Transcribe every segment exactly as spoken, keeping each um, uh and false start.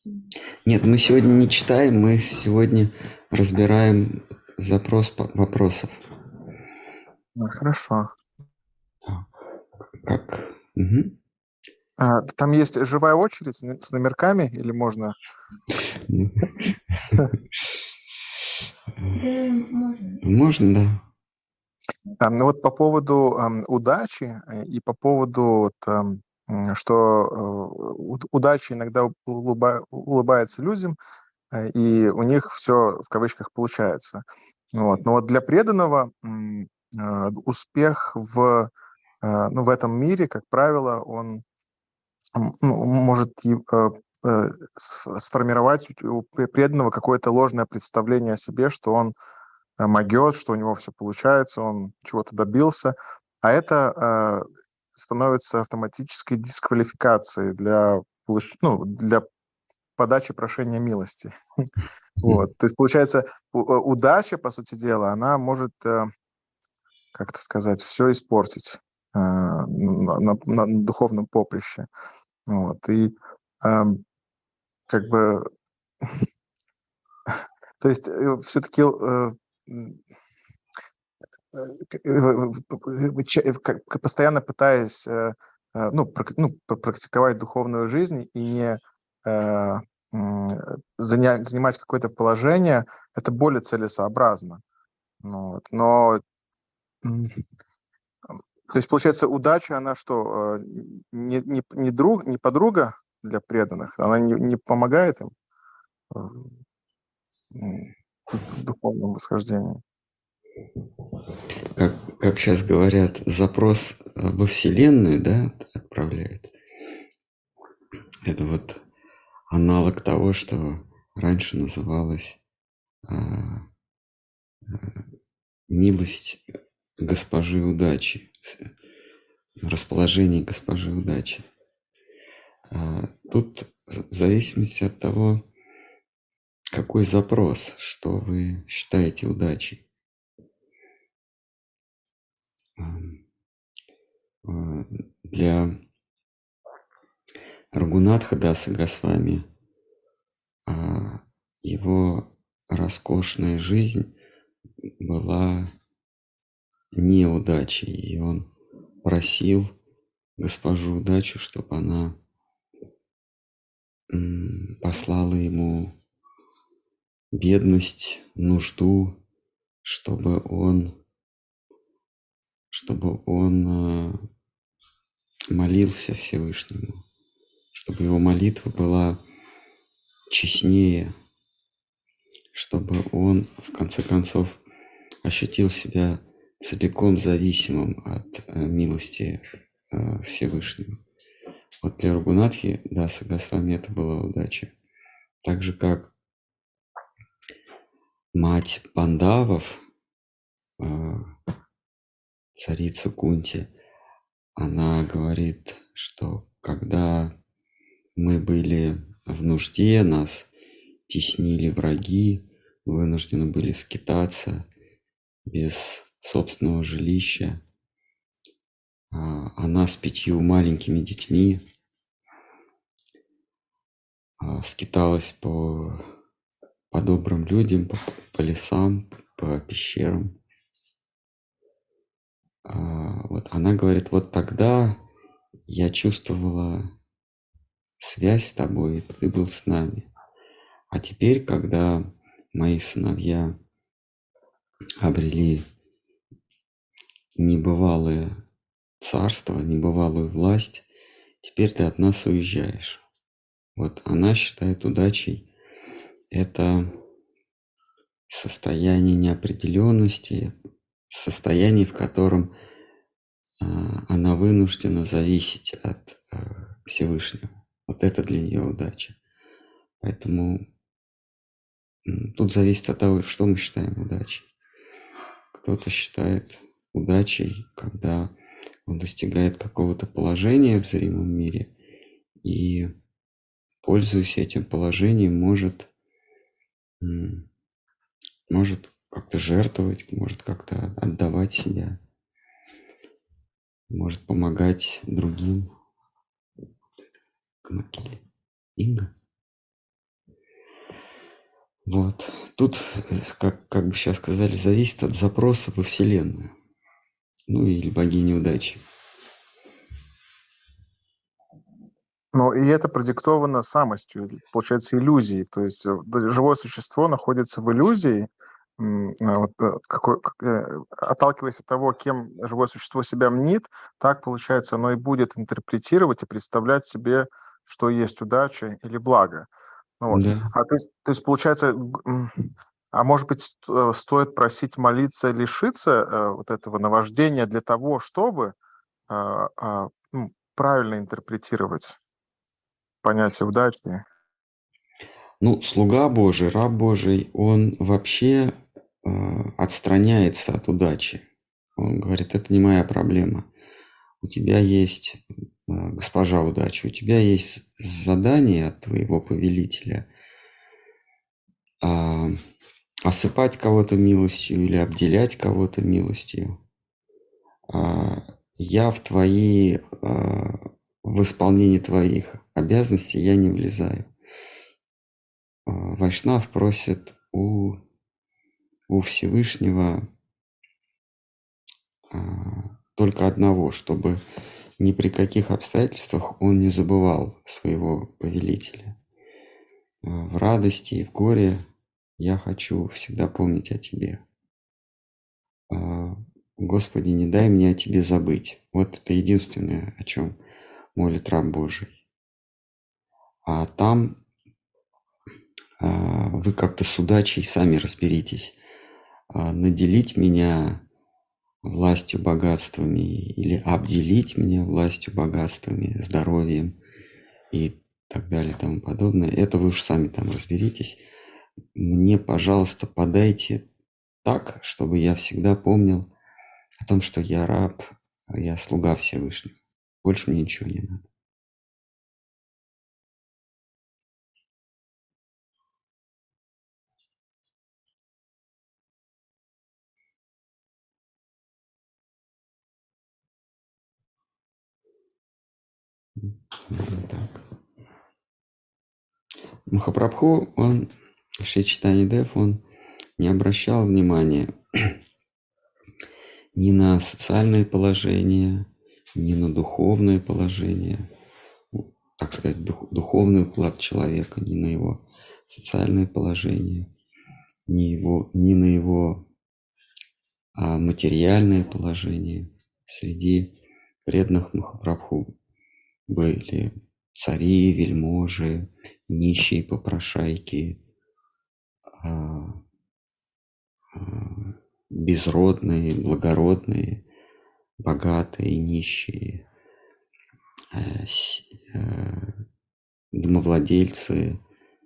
Нет, мы сегодня не читаем, мы сегодня разбираем запрос по- вопросов. Ну, хорошо. А, Как? Мгм. А, там есть живая очередь с н- с номерками или можно? Ну, Можно, да. А, ну вот по поводу ам, удачи э, и по поводу вот, ам, м, что э, уд- удача иногда улыба- улыбается людям, э, и у них все в кавычках получается. Вот. Но вот для преданного м, э, успех в, э, ну, в этом мире, как правило, он м, ну, может и, э, э, сф- сформировать у пре- преданного какое-то ложное представление о себе, что он э, могет, что у него все получается, он чего-то добился. А это э, становится автоматической дисквалификацией для, получ- ну, для подачи прошения милости. Мгм. Вот. То есть, получается, у- э, удача, по сути дела, она может, э, как это сказать, все испортить э, на, на- на духовном поприще. Вот. И ам, как бы, то есть, все-таки Э, к э, в в в че как к постоянно пытаясь, э, э, ну, прак ну, пр практиковать духовную жизнь и не, э, м, заня занимать какое-то положение, это более целесообразно. Ну вот, но, м, ам, то есть, получается, удача, она что, э, не не не друг не подруга для преданных? Она не не помогает им в, м, в духовном восхождении? Как, как сейчас говорят, запрос э, во Вселенную, да, отправляют. Это вот аналог того, что раньше называлось а, милость госпожи удачи, с- расположение госпожи удачи. А, Тут в зависимости от того, какой запрос, что вы считаете удачей. Ам, а, Для Рагунатха Даса Госвами а, его роскошная жизнь была неудачей, и он просил госпожу удачу, чтобы она м, послала ему бедность, нужду, чтобы он, чтобы он а, молился Всевышнему, чтобы его молитва была честнее, чтобы он в конце концов ощутил себя целиком зависимым от э, милости э, Всевышнего. Вот для Рагунатхи, да, Сагасвами это была удача. Так же, как мать Пандавов, э, царица Кунти, она говорит, что когда мы были в нужде, нас теснили враги, вынуждены были скитаться без собственного жилища, а, она с пятью маленькими детьми а, скиталась по, по добрым людям, по, по лесам, по пещерам. А, вот она говорит, вот тогда я чувствовала связь с тобой, ты был с нами. А теперь, когда мои сыновья обрели небывалое царство, небывалую власть, теперь ты от нас уезжаешь. Вот она считает удачей это состояние неопределенности, состояние, в котором а, она вынуждена зависеть от а, Всевышнего. Вот это для нее удача. Поэтому м, тут зависит от того, что мы считаем удачей. Кто-то считает удачей, когда он достигает какого-то положения в зримом мире и, пользуясь этим положением, может, м, может как-то жертвовать, может как-то отдавать себя, может помогать другим. Камакили. Инга? Вот. Тут, как, как бы сейчас сказали, зависит от запроса во Вселенную. Ну или богини удачи. Но и это продиктовано самостью, получается, иллюзией. То есть э, д- живое существо находится в иллюзии, м, а вот, э, какой, как, э, отталкиваясь от того, кем живое существо себя мнит, так, получается, оно и будет интерпретировать и представлять себе, что есть удача или благо. Ну вот. Да. А то есть, то есть получается, г- м, а может быть, ст- э, стоит просить молиться лишиться э, вот этого наваждения для того, чтобы а, а, м, правильно интерпретировать понятие удачи. Ну, слуга Божий, раб Божий, он вообще э, отстраняется от удачи. Он говорит, это не моя проблема. У тебя есть, э, госпожа удача, у тебя есть задание от твоего повелителя а, осыпать кого-то милостью или обделять кого-то милостью. А, я в твои, а, в исполнении твоих обязанностей я не влезаю. А, Вайшнав просит у, у Всевышнего а, только одного, чтобы ни при каких обстоятельствах он не забывал своего повелителя. А, в радости и в горе я хочу всегда помнить о тебе. А, Господи, не дай мне о тебе забыть. Вот это единственное, о чем молит раб Божий. А там а, вы как-то с удачей сами разберитесь. А, наделить меня властью, богатствами или обделить меня властью, богатствами, здоровьем и так далее и тому подобное. Это вы уж сами там разберитесь. Мне, пожалуйста, подайте так, чтобы я всегда помнил о том, что я раб, а я слуга Всевышнего. Больше мне ничего не надо. Вот так. Махапрабху, он, Шри Чайтанья Дев, он не обращал внимания ни на социальное положение, ни на духовное положение, ну, так сказать, дух, духовный уклад человека, ни на его социальное положение, ни, его, ни на его а, материальное положение. Среди преданных Махапрабху были цари, вельможи, нищие попрошайки, а, а, безродные, благородные, богатые, нищие, э, с- э, домовладельцы,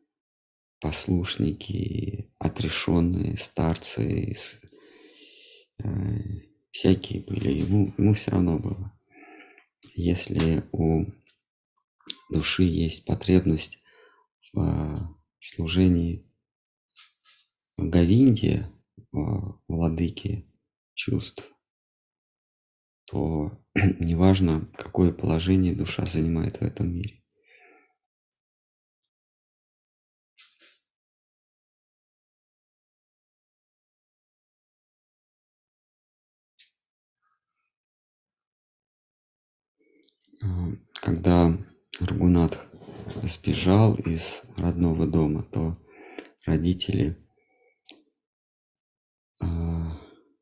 послушники, отрешенные, старцы, с- э, всякие были. Ему, ему все равно было. Если у души есть потребность в э, служении Говинде, э, владыке чувств, то неважно, какое положение душа занимает в этом мире. А, Когда Рагунатх сбежал из родного дома, то родители, а,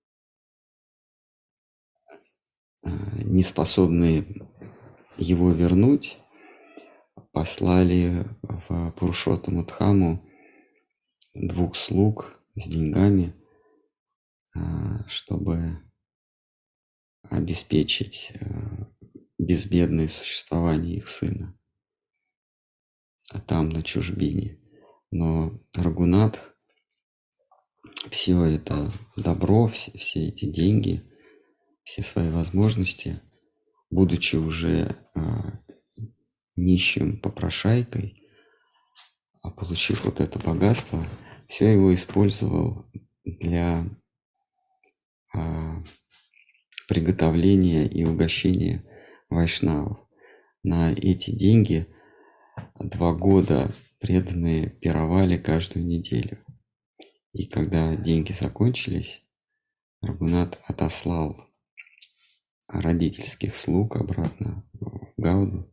а, не способные его вернуть, послали в Пурушоттаму двух слуг с деньгами, а, чтобы обеспечить а, безбедное существование их сына, а там на чужбине. Но Рагунатх все это добро, все, все эти деньги, все свои возможности, будучи уже а, нищим попрошайкой, а получив вот это богатство, все его использовал для а, приготовления и угощения вайшнавов. На эти деньги два года преданные пировали каждую неделю. И когда деньги закончились, Рагунат отослал родительских слуг обратно в Гауду.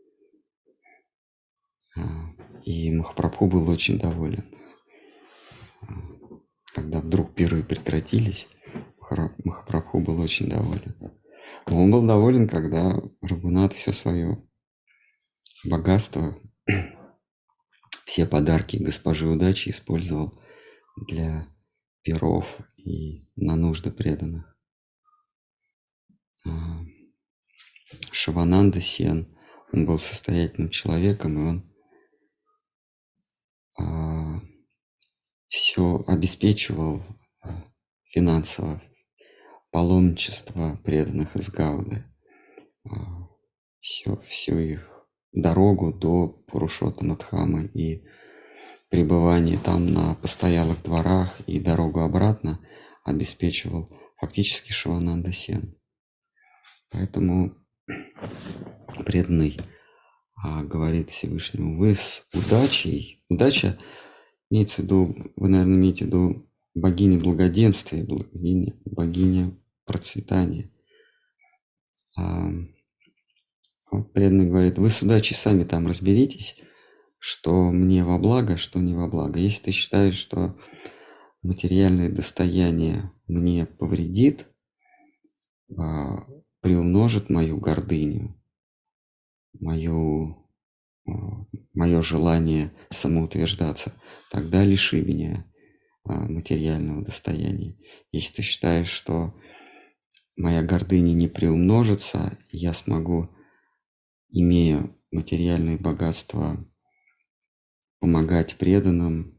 И Махапрабху был очень доволен. Когда вдруг пиры прекратились, Махапрабху был очень доволен. Но он был доволен, когда Рагунат все свое богатство, все подарки госпожи удачи использовал для пиров и на нужды преданных. Шивананда Сен, он был состоятельным человеком, и он а, все обеспечивал финансово паломничество преданных из Гауды, а, все, всю их дорогу до Пурушоттама-Дхамы и пребывание там на постоялых дворах и дорогу обратно обеспечивал фактически Шивананда Сен. Поэтому преданный а, говорит Всевышнему: вы с удачей, удача имеется в виду, вы, наверное, имеете в виду богиня благоденствия, богиня, богиня процветания. А, преданный говорит: вы с удачей сами там разберитесь, что мне во благо, что не во благо. Если ты считаешь, что материальное достояние мне повредит, а, приумножит мою гордыню, мою, мое желание самоутверждаться, тогда лиши меня материального достояния. Если ты считаешь, что моя гордыня не приумножится, я смогу, имея материальные богатства, помогать преданным,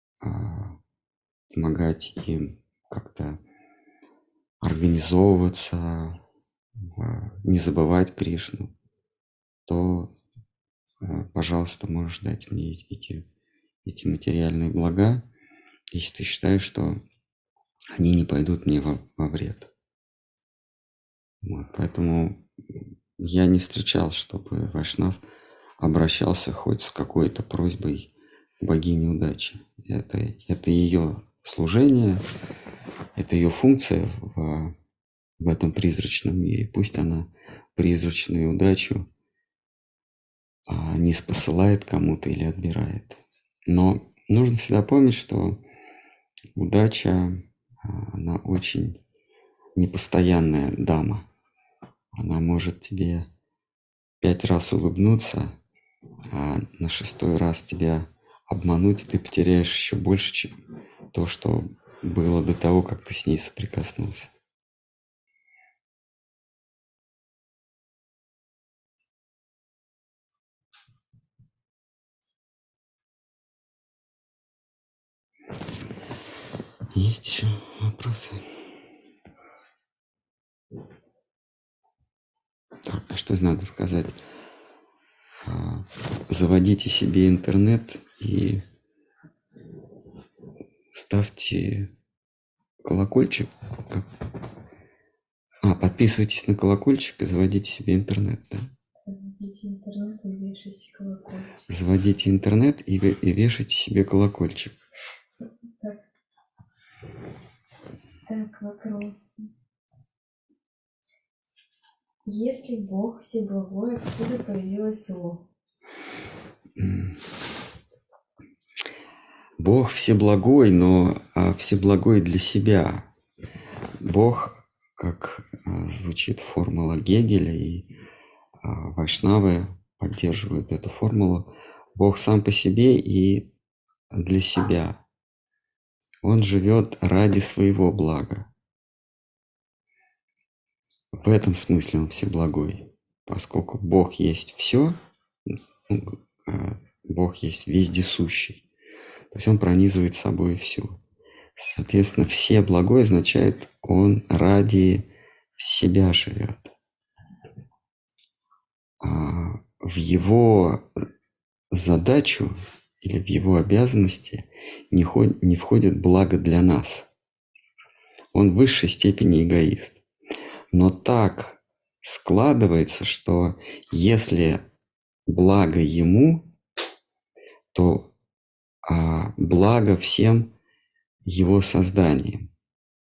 помогать им как-то организовываться, не забывать Кришну, то, пожалуйста, можешь дать мне эти, эти материальные блага, если ты считаешь, что они не пойдут мне во, во вред. Вот, поэтому я не встречал, чтобы Вайшнав обращался хоть с какой-то просьбой к богине удачи. Это, это ее служение, это ее функция в, в этом призрачном мире. Пусть она призрачную удачу а, не спосылает кому-то или отбирает. Но нужно всегда помнить, что удача, она очень непостоянная дама. Она может тебе пять раз улыбнуться, а на шестой раз тебя обмануть, ты потеряешь еще больше, чем то, что было до того, как ты с ней соприкоснулся. Есть еще вопросы? Так, а что надо сказать? Заводите себе интернет и ставьте колокольчик. А, подписывайтесь на колокольчик и заводите себе интернет, да? Заводите интернет и вешайте колокольчик. Заводите интернет и, и вешайте себе колокольчик. Так, так, вопрос. Если Бог всеблагой, откуда появилось зло? Бог всеблагой, но а, всеблагой для себя. Бог, как а, звучит формула Гегеля, и а, вайшнавы поддерживают эту формулу, Бог сам по себе и для себя. Он живет ради своего блага. В этом смысле он всеблагой, поскольку Бог есть все, Бог есть вездесущий, то есть он пронизывает собой все. Соответственно, все благой означает, он ради себя живет. А в его задачу или в его обязанности не, ход, не входит благо для нас. Он в высшей степени эгоист. Но так складывается, что если благо ему, то а, благо всем его созданием.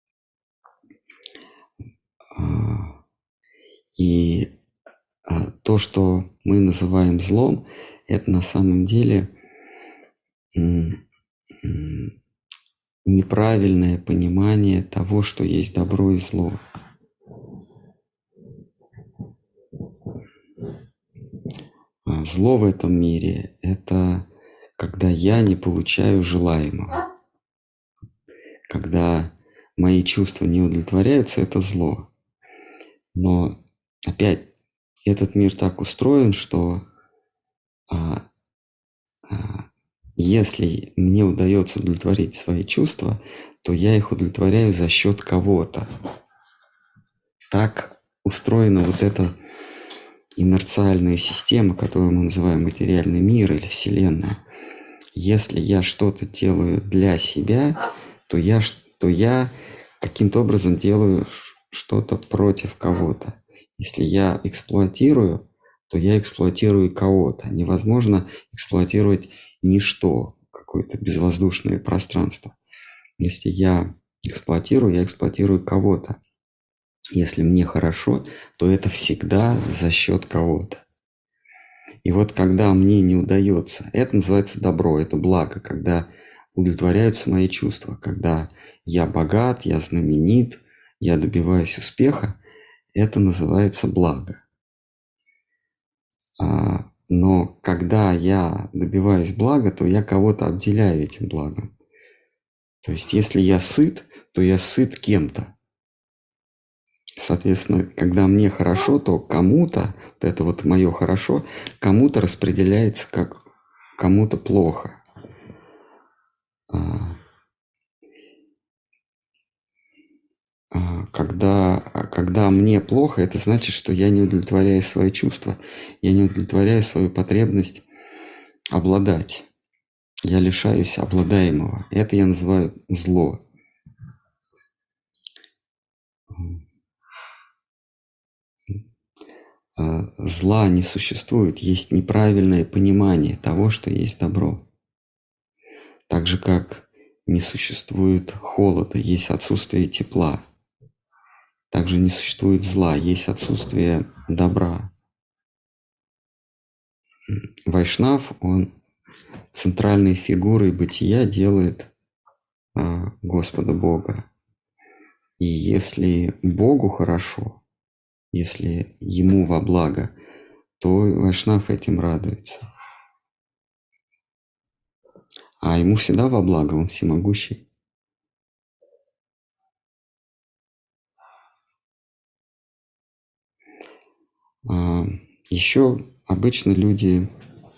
И то, что мы называем злом, это на самом деле неправильное понимание того, что есть добро и зло. Зло в этом мире – это когда я не получаю желаемого. Когда мои чувства не удовлетворяются, это зло. Но опять, этот мир так устроен, что а, а, если мне удается удовлетворить свои чувства, то я их удовлетворяю за счет кого-то. Так устроена вот эта инерциальная система, которую мы называем материальный мир или Вселенная. Если я что-то делаю для себя, то я, то я каким-то образом делаю что-то против кого-то. Если я эксплуатирую, то я эксплуатирую кого-то. Невозможно эксплуатировать ничто, какое-то безвоздушное пространство. Если я эксплуатирую, я эксплуатирую кого-то. Если мне хорошо, то это всегда за счет кого-то. И вот когда мне не удается, это называется добро, это благо, когда удовлетворяются мои чувства, когда я богат, я знаменит, я добиваюсь успеха, это называется благо. А, но когда я добиваюсь блага, то я кого-то обделяю этим благом. То есть если я сыт, то я сыт кем-то. Соответственно, когда мне хорошо, то кому-то, вот это вот мое хорошо, кому-то распределяется как кому-то плохо. Когда, когда мне плохо, это значит, что я не удовлетворяю свои чувства, я не удовлетворяю свою потребность обладать. Я лишаюсь обладаемого. Это я называю зло. Зла не существует, есть неправильное понимание того, что есть добро. Так же, как не существует холода, есть отсутствие тепла. Также не существует зла, есть отсутствие добра. Вайшнав, он центральной фигурой бытия делает а, Господа Бога. И если Богу хорошо, если ему во благо, то Вайшнав этим радуется. А ему всегда во благо, он всемогущий. А, еще обычно люди,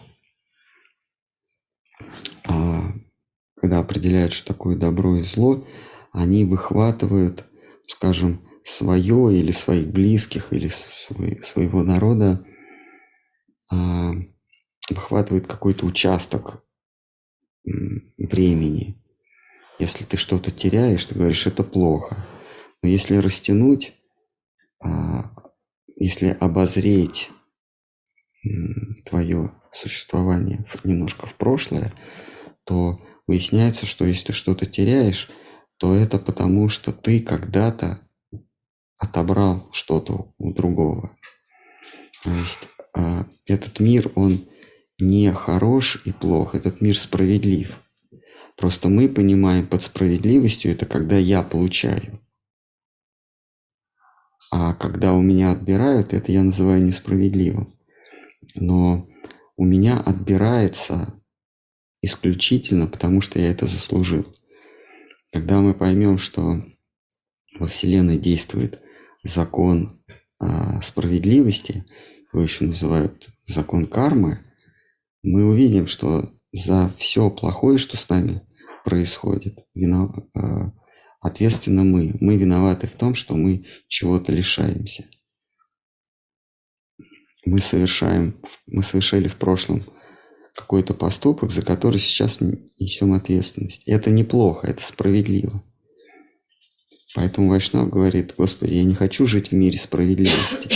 а, когда определяют, что такое добро и зло, они выхватывают, скажем, свое или своих близких, или свой, своего народа, а, выхватывают какой-то участок времени. Если ты что-то теряешь, ты говоришь, это плохо. Но если растянуть, а, если обозреть твое существование немножко в прошлое, то выясняется, что если ты что-то теряешь, то это потому, что ты когда-то отобрал что-то у другого. То есть а, этот мир, он не хорош и плох, этот мир справедлив. Просто мы понимаем под справедливостью это когда я получаю. А когда у меня отбирают, это я называю несправедливым. Но у меня отбирается исключительно потому, что я это заслужил. Когда мы поймем, что во Вселенной действует закон а, справедливости, его еще называют закон кармы, мы увидим, что за все плохое, что с нами происходит, винов... а, ответственны мы. Мы виноваты в том, что мы чего-то лишаемся. Мы совершаем, мы совершили в прошлом какой-то поступок, за который сейчас несем ответственность. Это неплохо, это справедливо. Поэтому Вайшнав говорит: Господи, я не хочу жить в мире справедливости.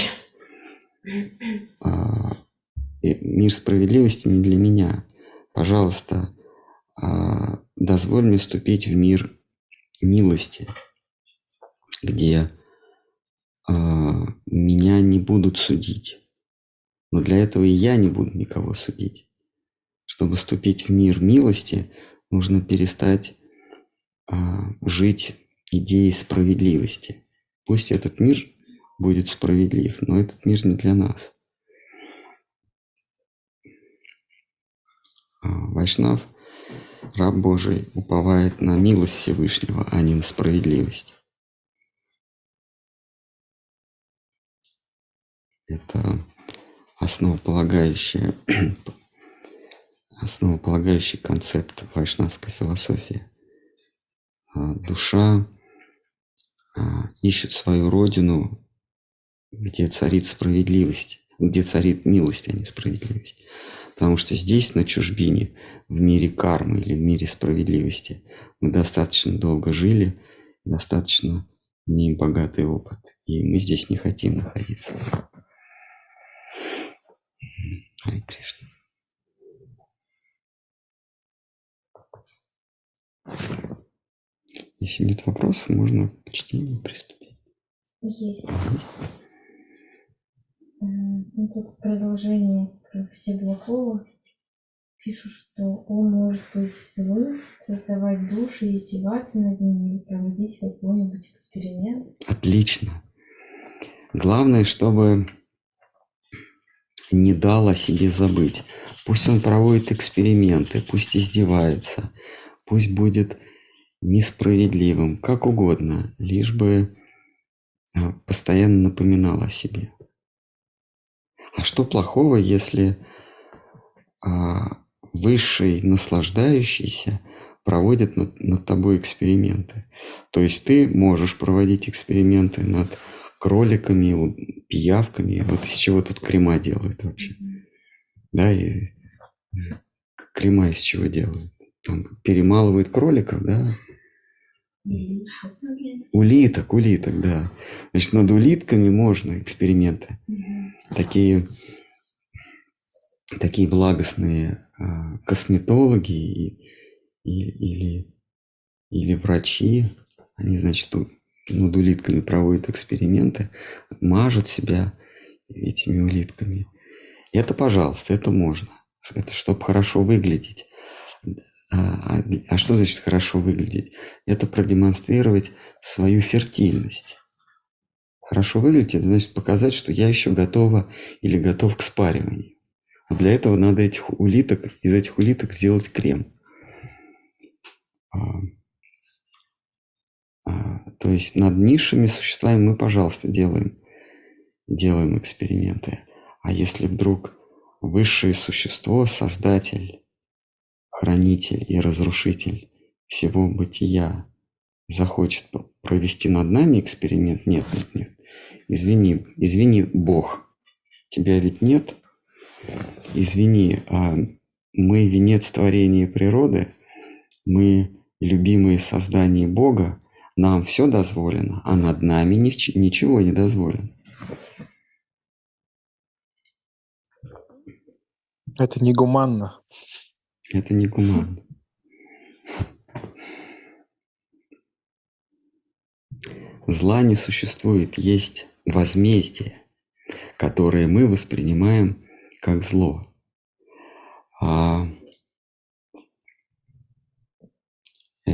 А, мир справедливости не для меня. Пожалуйста, а, дозволь мне вступить в мир милости, где э, меня не будут судить. Но для этого и я не буду никого судить. Чтобы вступить в мир милости, нужно перестать э, жить идеей справедливости. Пусть этот мир будет справедлив, но этот мир не для нас. Вайшнав, раб Божий, уповает на милость Всевышнего, а не на справедливость. Это основополагающий, основополагающий концепт вайшнавской философии. Душа ищет свою родину, где царит справедливость, где царит милость, а не справедливость. Потому что здесь, на чужбине, в мире кармы или в мире справедливости, мы достаточно долго жили, достаточно имеем богатый опыт. И мы здесь не хотим находиться. Харе Кришна. Если нет вопросов, можно к чтению приступить. Есть. Ну, тут продолжение про Всеблагого. Пишут, что он может быть злым, создавать души, издеваться над ними или проводить какой-нибудь эксперимент. Отлично. Главное, чтобы не дал о себе забыть. Пусть он проводит эксперименты, пусть издевается, пусть будет несправедливым, как угодно, лишь бы постоянно напоминал о себе. А что плохого, если а, высший наслаждающийся проводит над, над тобой эксперименты? То есть ты можешь проводить эксперименты над кроликами, пиявками. Вот из чего тут крема делают вообще? Да, и крема из чего делают? Там перемалывают кроликов, да? Улиток, улиток, да. Значит, над улитками можно эксперименты. Такие, такие благостные а, косметологи и, и, или, или врачи, они, значит, над улитками проводят эксперименты, мажут себя этими улитками. И это, пожалуйста, это можно. Это чтобы хорошо выглядеть. А, а, а что значит хорошо выглядеть? Это продемонстрировать свою фертильность. Хорошо выглядеть, это значит показать, что я еще готова или готов к спариванию. А для этого надо этих улиток, из этих улиток сделать крем. А, а, то есть над низшими существами мы, пожалуйста, делаем, делаем эксперименты. А если вдруг высшее существо, создатель, хранитель и разрушитель всего бытия захочет провести над нами эксперимент, нет, нет, нет. Извини, извини, Бог, тебя ведь нет. Извини, а мы венец творения природы, мы любимые создания Бога, нам все дозволено, а над нами ничего не дозволено. Это негуманно. Это негуманно. Зла не существует, есть возмездие, которое мы воспринимаем как зло. А, э,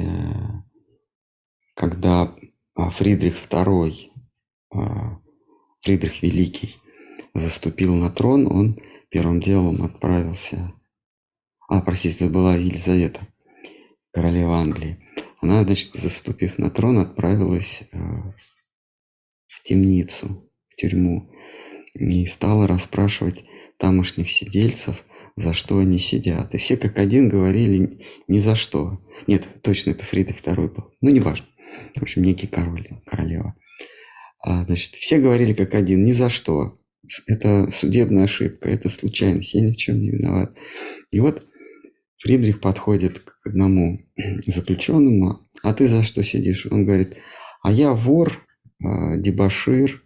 когда Фридрих второй, а, Фридрих Великий, заступил на трон, он первым делом отправился... А, простите, это была Елизавета, королева Англии. Она, значит, заступив на трон, отправилась э, в темницу, в тюрьму, и стала расспрашивать тамошних сидельцев, за что они сидят. И все как один говорили ни за что. Нет, точно это Фридрих второй был. Ну, неважно. В общем, некий король, королева. А, значит, все говорили как один, ни за что. Это судебная ошибка, это случайность, я ни в чем не виноват. И вот Фридрих подходит к одному заключенному, а ты за что сидишь? Он говорит, а я вор, дебошир,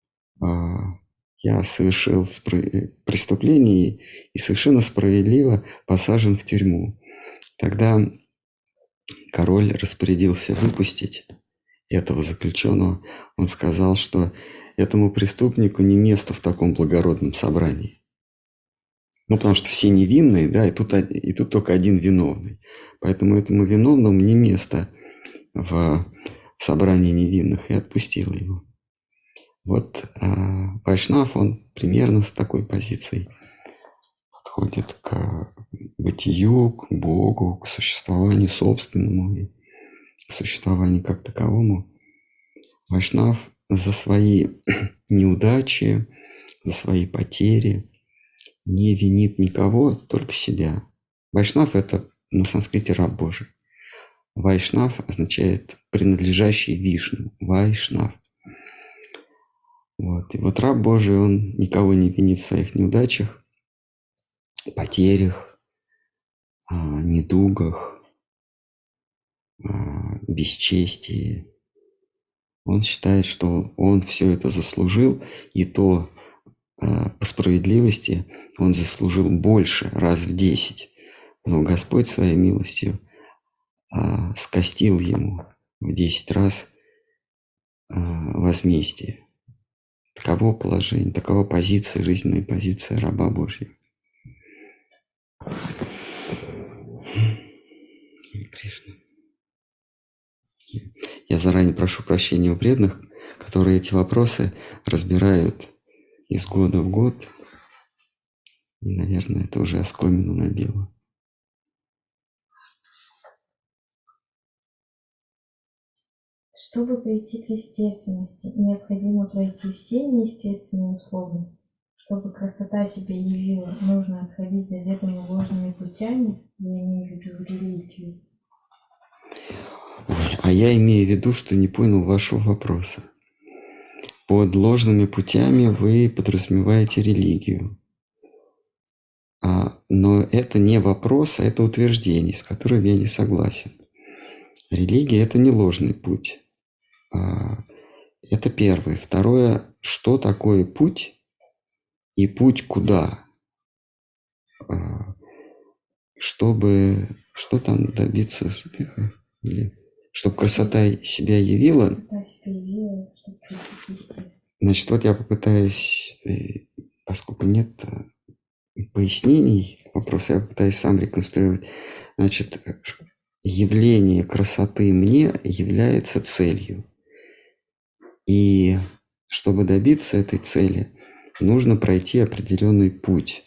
я совершил преступление и совершенно справедливо посажен в тюрьму. Тогда король распорядился выпустить этого заключенного. Он сказал, что этому преступнику не место в таком благородном собрании. Ну, потому что все невинные, да, и тут, и тут только один виновный. Поэтому этому виновному не место в, в собрании невинных, и отпустил его. Вот а, Вайшнав, он примерно с такой позицией подходит к бытию, к Богу, к существованию собственному и к существованию как таковому. Вайшнав за свои неудачи, за свои потери не винит никого, только себя. Вайшнав – это на санскрите раб Божий. Вайшнав означает принадлежащий Вишну. Вайшнав. Вот. И вот раб Божий, он никого не винит в своих неудачах, потерях, недугах, бесчестии. Он считает, что он все это заслужил, и то по справедливости он заслужил больше, раз в десять. Но Господь своей милостью скостил ему в десять раз возмездие. Таково положение, такова позиция, жизненная позиция раба Божьего. Кришна. Я заранее прошу прощения у преданных, которые эти вопросы разбирают из года в год. И, наверное, это уже оскомину набило. Чтобы прийти к естественности, необходимо пройти все неестественные условности. Чтобы красота себя явила, нужно отходить заведомо ложными путями, я имею в виду религию. Ой, а я имею в виду, что не понял вашего вопроса. Под ложными путями вы подразумеваете религию. А, но это не вопрос, а это утверждение, с которым я не согласен. Религия – это не ложный путь. А, это первое. Второе, что такое путь и путь куда? А, чтобы что там добиться успеха? Или чтобы красота себя явила? Красота себя явила, чтобы прийти к естественности. Значит, вот я попытаюсь, поскольку нет пояснений вопроса, я попытаюсь сам реконструировать. Значит, явление красоты мне является целью. И чтобы добиться этой цели, нужно пройти определенный путь.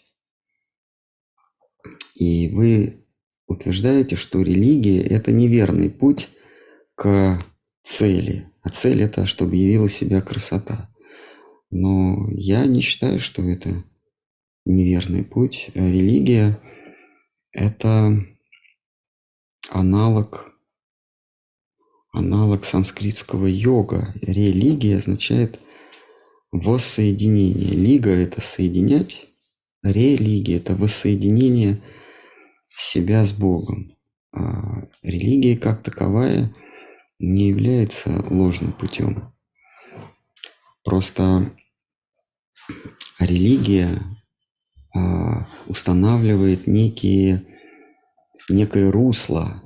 И вы утверждаете, что религия – это неверный путь к цели. А цель – это чтобы явила себя красота. Но я не считаю, что это неверный путь. Религия – это аналог, аналог санскритского йога. Религия означает воссоединение. Лига – это соединять. Религия – это воссоединение себя с Богом. А религия как таковая не является ложным путем. Просто религия а, устанавливает некие, некое русло,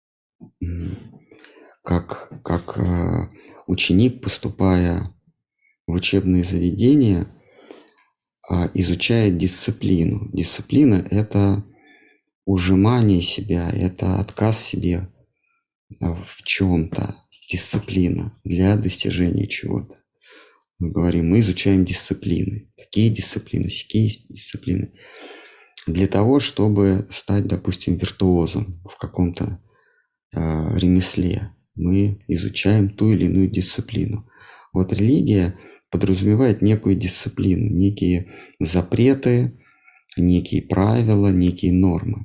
как, как а, ученик, поступая в учебные заведения, а, изучает дисциплину. Дисциплина – это ужимание себя, это отказ себе в чем-то, дисциплина для достижения чего-то. Мы говорим, мы изучаем дисциплины. Такие дисциплины, сякие дисциплины. Для того, чтобы стать, допустим, виртуозом в каком-то э, ремесле, мы изучаем ту или иную дисциплину. Вот религия подразумевает некую дисциплину, некие запреты, некие правила, некие нормы.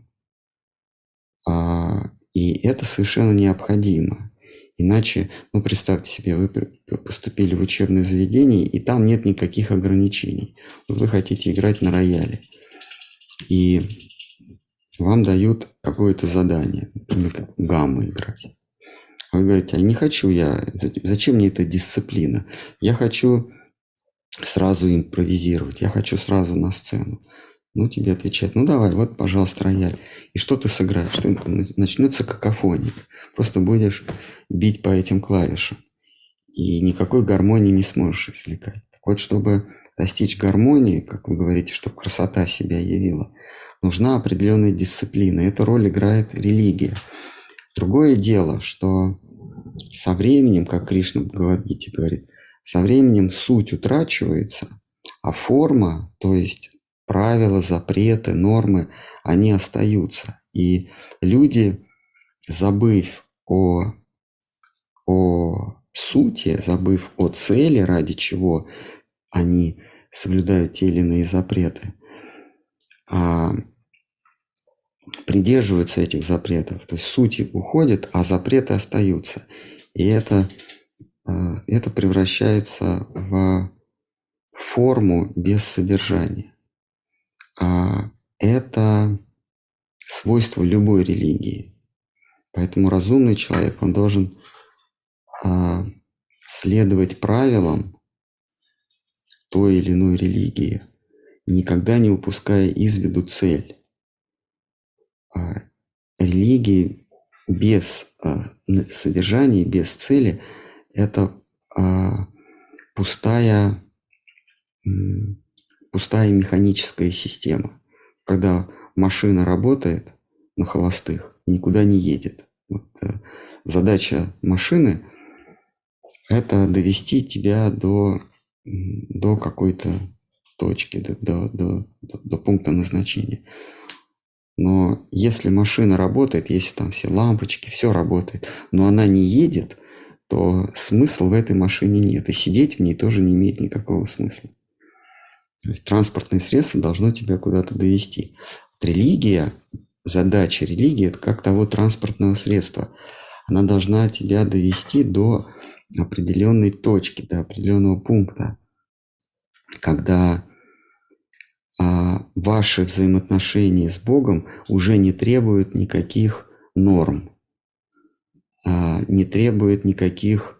А, и это совершенно необходимо. Иначе, ну, представьте себе, вы поступили в учебное заведение, и там нет никаких ограничений. Вы хотите играть на рояле, и вам дают какое-то задание, например, как гаммы играть. Вы говорите, а не хочу я, зачем мне эта дисциплина? Я хочу сразу импровизировать, я хочу сразу на сцену. Ну, тебе отвечают, ну давай, вот, пожалуйста, рояль. И что ты сыграешь? Ты, начнется какофония. Просто будешь бить по этим клавишам. И никакой гармонии не сможешь извлекать. Так вот, чтобы достичь гармонии, как вы говорите, чтобы красота себя явила, нужна определенная дисциплина. Эту роль играет религия. Другое дело, что со временем, как Кришна в Бхагавад-гите говорит, со временем суть утрачивается, а форма, то есть правила, запреты, нормы, они остаются. И люди, забыв о, о сути, забыв о цели, ради чего они соблюдают те или иные запреты, а придерживаются этих запретов. То есть суть уходит, а запреты остаются. И это, это превращается в форму без содержания. А это свойство любой религии. Поэтому разумный человек, он должен а, следовать правилам той или иной религии, никогда не упуская из виду цель. А, религии без а, содержания, без цели – это а, пустая, м, пустая механическая система. Когда машина работает на холостых, никуда не едет. Вот, э, задача машины – это довести тебя до, до какой-то точки, до, до, до, до пункта назначения. Но если машина работает, если там все лампочки, все работает, но она не едет, то смысла в этой машине нет. И сидеть в ней тоже не имеет никакого смысла. То есть транспортное средство должно тебя куда-то довести. Религия, задача религии – это как того транспортного средства. Она должна тебя довести до определенной точки, до определенного пункта, когда а, ваши взаимоотношения с Богом уже не требуют никаких норм, а, не требуют никаких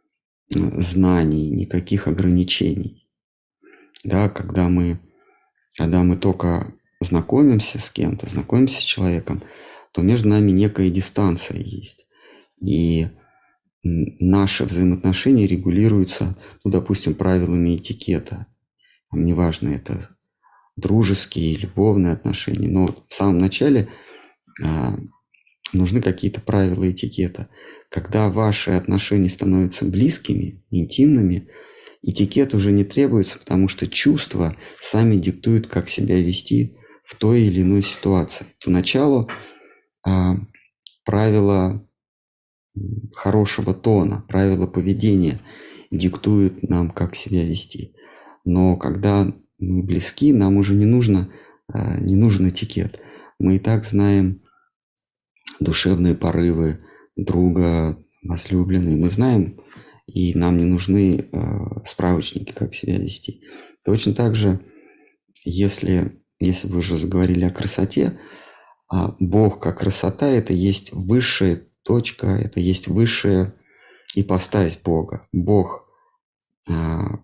знаний, никаких ограничений. Да, когда мы, когда мы только знакомимся с кем-то, знакомимся с человеком, то между нами некая дистанция есть. И наши взаимоотношения регулируются, ну, допустим, правилами этикета. Неважно, это дружеские, любовные отношения. Но в самом начале а, нужны какие-то правила этикета. Когда ваши отношения становятся близкими, интимными, этикет уже не требуется, потому что чувства сами диктуют, как себя вести в той или иной ситуации. Поначалу а, правила хорошего тона, правила поведения диктуют нам, как себя вести. Но когда мы близки, нам уже не нужно, а, не нужен этикет. Мы и так знаем душевные порывы друга, возлюбленной. Мы знаем, и нам не нужны э, справочники, как себя вести. Точно так же, если, если вы уже заговорили о красоте, а Бог как красота – это есть высшая точка, это есть высшая ипостась Бога. Бог э,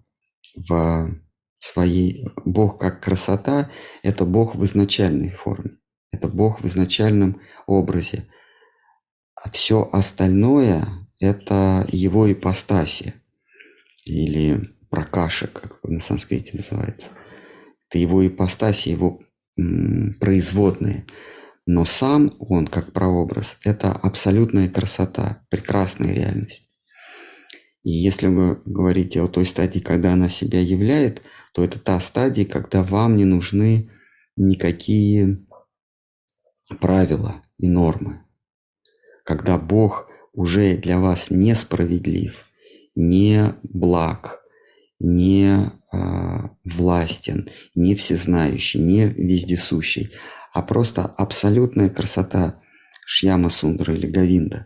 в своей, Бог как красота – это Бог в изначальной форме, это Бог в изначальном образе. А все остальное – это его ипостаси, или пракаша, как на санскрите называется. Это его ипостаси, его м, производные. Но сам он, как прообраз, это абсолютная красота, прекрасная реальность. И если вы говорите о той стадии, когда она себя являет, то это та стадия, когда вам не нужны никакие правила и нормы. Когда Бог уже для вас несправедлив, не благ, не э, властен, не всезнающий, не вездесущий, а просто абсолютная красота Шьяма-сундара или Говинда.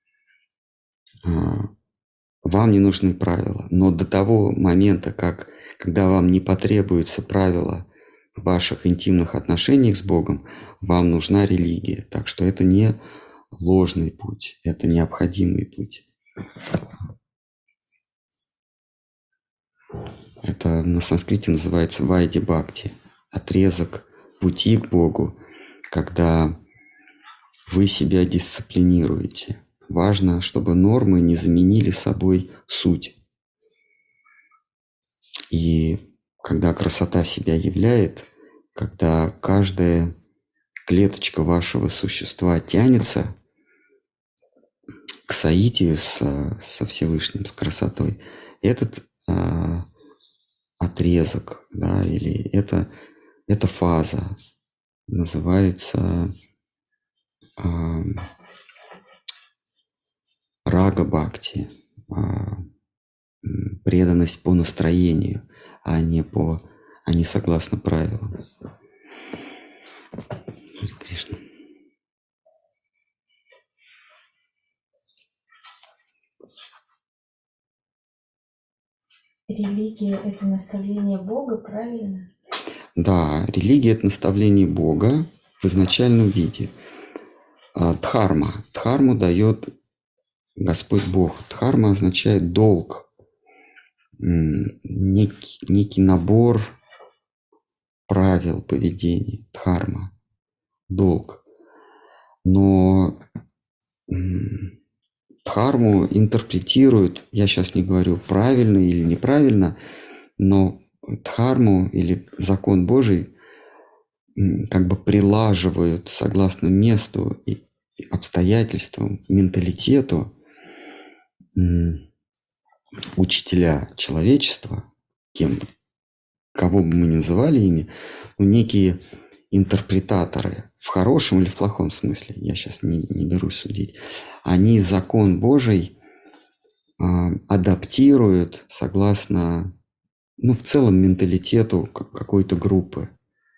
Э, вам не нужны правила, но до того момента, как, когда вам не потребуются правила в ваших интимных отношениях с Богом, вам нужна религия. Так что это не ложный путь, это необходимый путь. Это на санскрите называется вайди бхакти, отрезок пути к Богу, когда вы себя дисциплинируете. Важно, чтобы нормы не заменили собой суть. И когда красота себя являет, когда каждая клеточка вашего существа тянется к соитию со, со Всевышним, с красотой, этот а, отрезок, да, или это, эта фаза называется а, рага бхакти, а, преданность по настроению, а не по, а не согласно правилам. Кришна. Религия – это наставление Бога, правильно? Да, религия – это наставление Бога в изначальном виде. Дхарма. Дхарму дает Господь Бог. Дхарма означает долг, некий, некий набор правил поведения. Дхарма. Долг. Но дхарму интерпретируют, я сейчас не говорю правильно или неправильно, но дхарму или закон Божий как бы прилаживают согласно месту и обстоятельствам, менталитету учителя человечества, кем, кого бы мы ни называли ими, ну, некие интерпретаторы, в хорошем или в плохом смысле, я сейчас не, не берусь судить, они закон Божий э, адаптируют согласно, ну, в целом менталитету какой-то группы.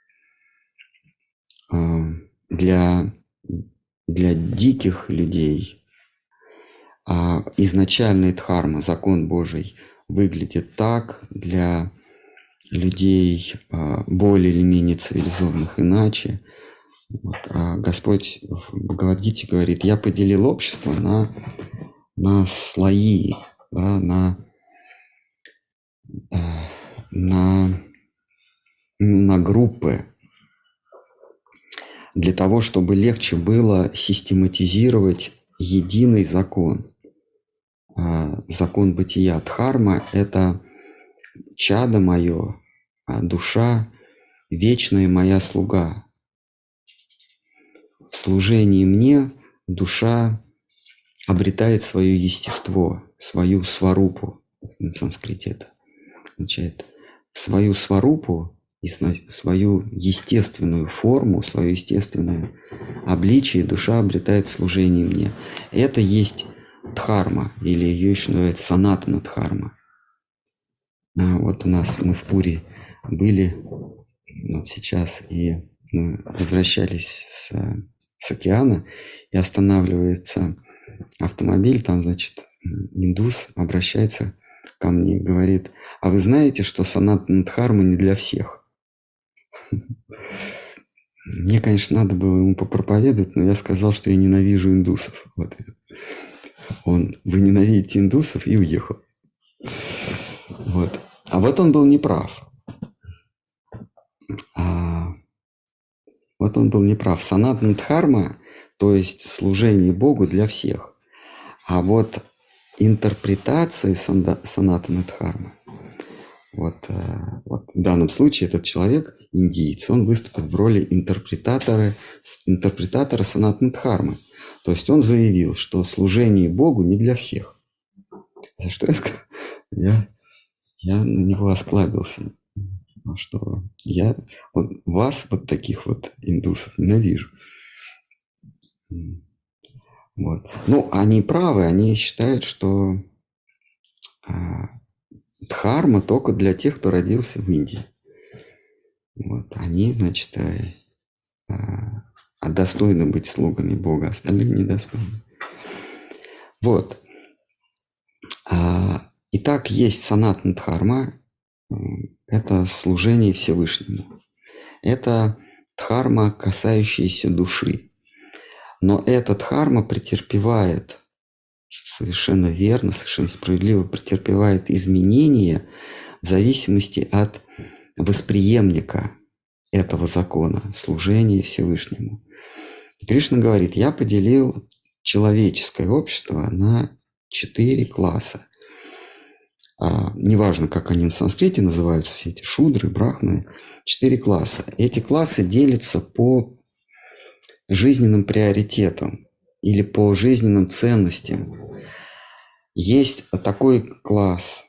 Э, для, для диких людей э, изначальный дхарма, закон Божий, выглядит так, для людей э, более или менее цивилизованных иначе. Вот. А Господь в Бхагавад-гите говорит: я поделил общество на, на слои, да, на, на, на группы, для того, чтобы легче было систематизировать единый закон. Закон бытия. Дхарма – это чадо мое, душа, вечная моя слуга. В служении мне душа обретает свое естество, свою сварупу. На санскрите это означает свою сварупу и свою естественную форму, свое естественное обличие душа обретает в служении мне. Это есть дхарма, или ее еще называют санатана дхарма. Вот у нас мы в Пури были вот сейчас, и мы возвращались с, с океана, и останавливается автомобиль, там, значит, индус обращается ко мне и говорит: а вы знаете, что санатана дхарма не для всех? Мне, конечно, надо было ему попроповедовать, но я сказал, что я ненавижу индусов. Вот. Он: вы ненавидите индусов, и уехал. Вот. А вот он был неправ. А, вот он был неправ. Санатана дхарма, то есть служение Богу для всех. А вот интерпретации санатана дхармы, вот, вот в данном случае этот человек, индиец, он выступит в роли интерпретатора, интерпретатора санатана дхармы. То есть он заявил, что служение Богу не для всех. За что я сказал? Я, я на него осклабился. Что я вот, вас, вот таких вот индусов, ненавижу. Вот. Ну, они правы, они считают, что а, дхарма только для тех, кто родился в Индии. Вот. Они, значит, а, а достойны быть слугами Бога, остальные недостойны. Вот. А, итак, есть санатана дхарма, это служение Всевышнему. Это дхарма, касающаяся души. Но эта дхарма претерпевает, совершенно верно, совершенно справедливо, претерпевает изменения в зависимости от восприемника, этого закона, служения Всевышнему. И Кришна говорит, я поделил человеческое общество на четыре класса. А, неважно, как они на санскрите называются, все эти шудры, брахманы, четыре класса. Эти классы делятся по жизненным приоритетам или по жизненным ценностям. Есть такой класс,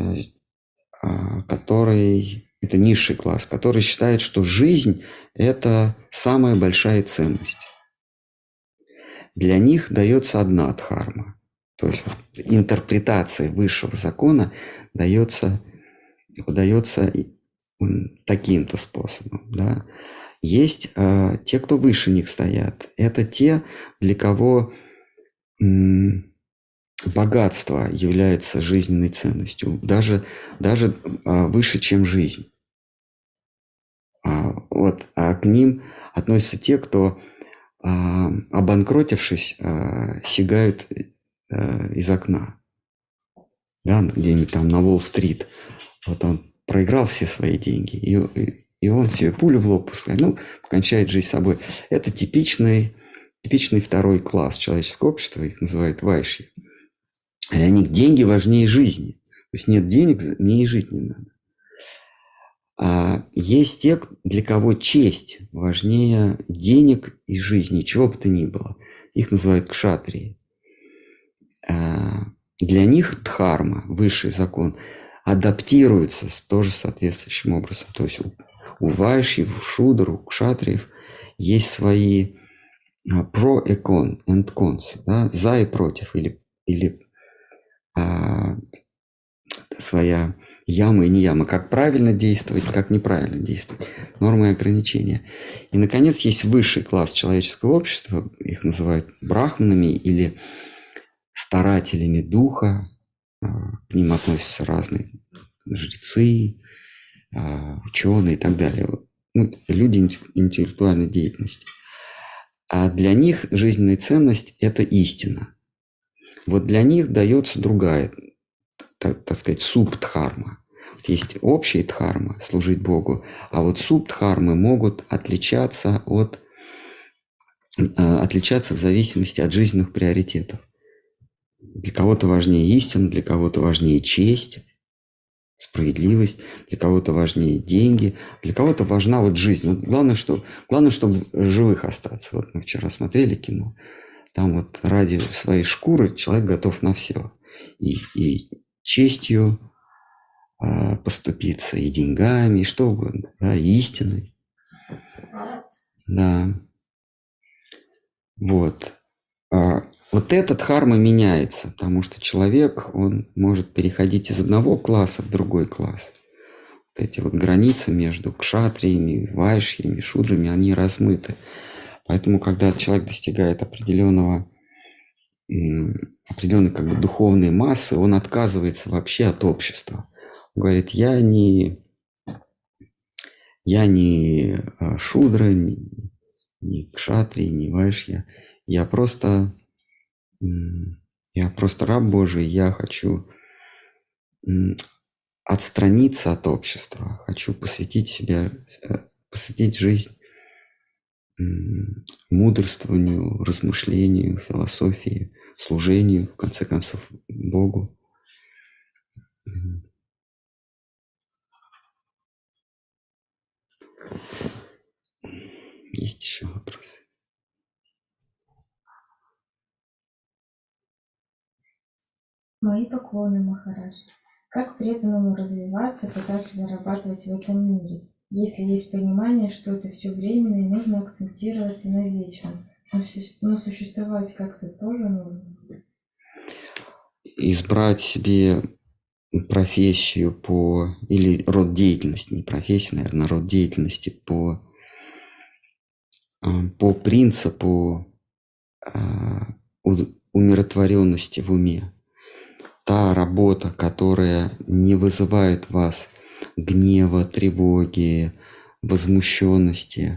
который, это низший класс, который считает, что жизнь – это самая большая ценность. Для них дается одна дхарма. То есть интерпретация высшего закона дается, дается таким-то способом. Да? Есть э, те, кто выше них стоят. Это те, для кого м, богатство является жизненной ценностью, даже, даже э, выше, чем жизнь. А, вот, а к ним относятся те, кто, э, обанкротившись, э, сигают из окна, да, где-нибудь там на Уолл-стрит. Вот он проиграл все свои деньги, и, и, и он себе пулю в лоб пускает, ну, кончает жизнь собой. Это типичный, типичный второй класс человеческого общества, их называют вайши. И для них деньги важнее жизни. То есть нет денег, мне и жить не надо. А есть те, для кого честь важнее денег и жизни, чего бы то ни было. Их называют кшатрии. Для них дхарма, высший закон, адаптируется тоже соответствующим образом. То есть у, у вайшьев, у шудр, у кшатриев есть свои про и кон, and cons, да, за и против, или, или а, своя яма и не яма, как правильно действовать, как неправильно действовать, нормы и ограничения. И, наконец, есть высший класс человеческого общества, их называют брахманами или старателями духа, к ним относятся разные жрецы, ученые и так далее, ну, люди интеллектуальной деятельности. А для них жизненная ценность – это истина. Вот для них дается другая, так, так сказать, субдхарма. Есть общая дхарма – служить Богу, а вот субдхармы могут отличаться, от, отличаться в зависимости от жизненных приоритетов. Для кого-то важнее истина, для кого-то важнее честь, справедливость, для кого-то важнее деньги, для кого-то важна вот жизнь. Вот главное, что, главное, чтобы в живых остаться. Вот мы вчера смотрели кино, там вот ради своей шкуры человек готов на все. И, и честью а, поступиться, и деньгами, и что угодно, да, и истиной. Да. Вот. А, Вот эта дхарма меняется, потому что человек, он может переходить из одного класса в другой класс. Вот эти вот границы между кшатриями, вайшьями, шудрами, они размыты. Поэтому, когда человек достигает определенного, определенной как бы духовной массы, он отказывается вообще от общества. Он говорит, я не, я не шудра, не, не кшатрий, не вайшья, я просто... Я просто раб Божий, я хочу отстраниться от общества, хочу посвятить себя, посвятить жизнь мудрствованию, размышлению, философии, служению, в конце концов, Богу. Есть еще вопросы? Мои поклоны, Махарадж. Как преданному развиваться, пытаться зарабатывать в этом мире, если есть понимание, что это все временно и нужно акцентироваться на вечном, но существовать как-то тоже нужно? Избрать себе профессию по, или род деятельности, не профессию, наверное, род деятельности по, по принципу умиротворенности в уме. Та работа, которая не вызывает в вас гнева, тревоги, возмущенности,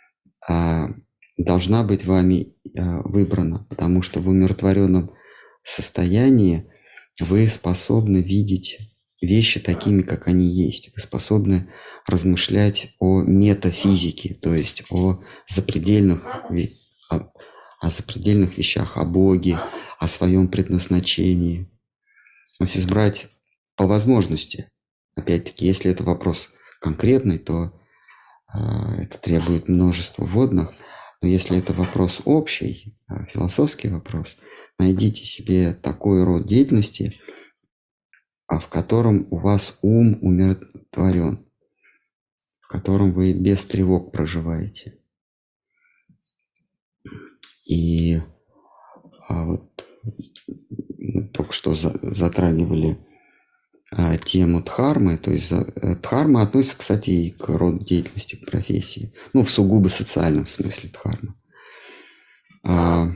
должна быть вами выбрана, потому что в умиротворенном состоянии вы способны видеть вещи такими, как они есть. Вы способны размышлять о метафизике, то есть о запредельных, о, о запредельных вещах, о Боге, о своем предназначении. Если брать по возможности, опять-таки, если это вопрос конкретный, то э, это требует множества вводных. Но если это вопрос общий, э, философский вопрос, найдите себе такой род деятельности, в котором у вас ум умиротворен, в котором вы без тревог проживаете. И а вот мы только что за, затрагивали а, тему дхармы, то есть за, дхарма относится, кстати, и к роду деятельности, к профессии, ну, в сугубо социальном смысле дхарма. А,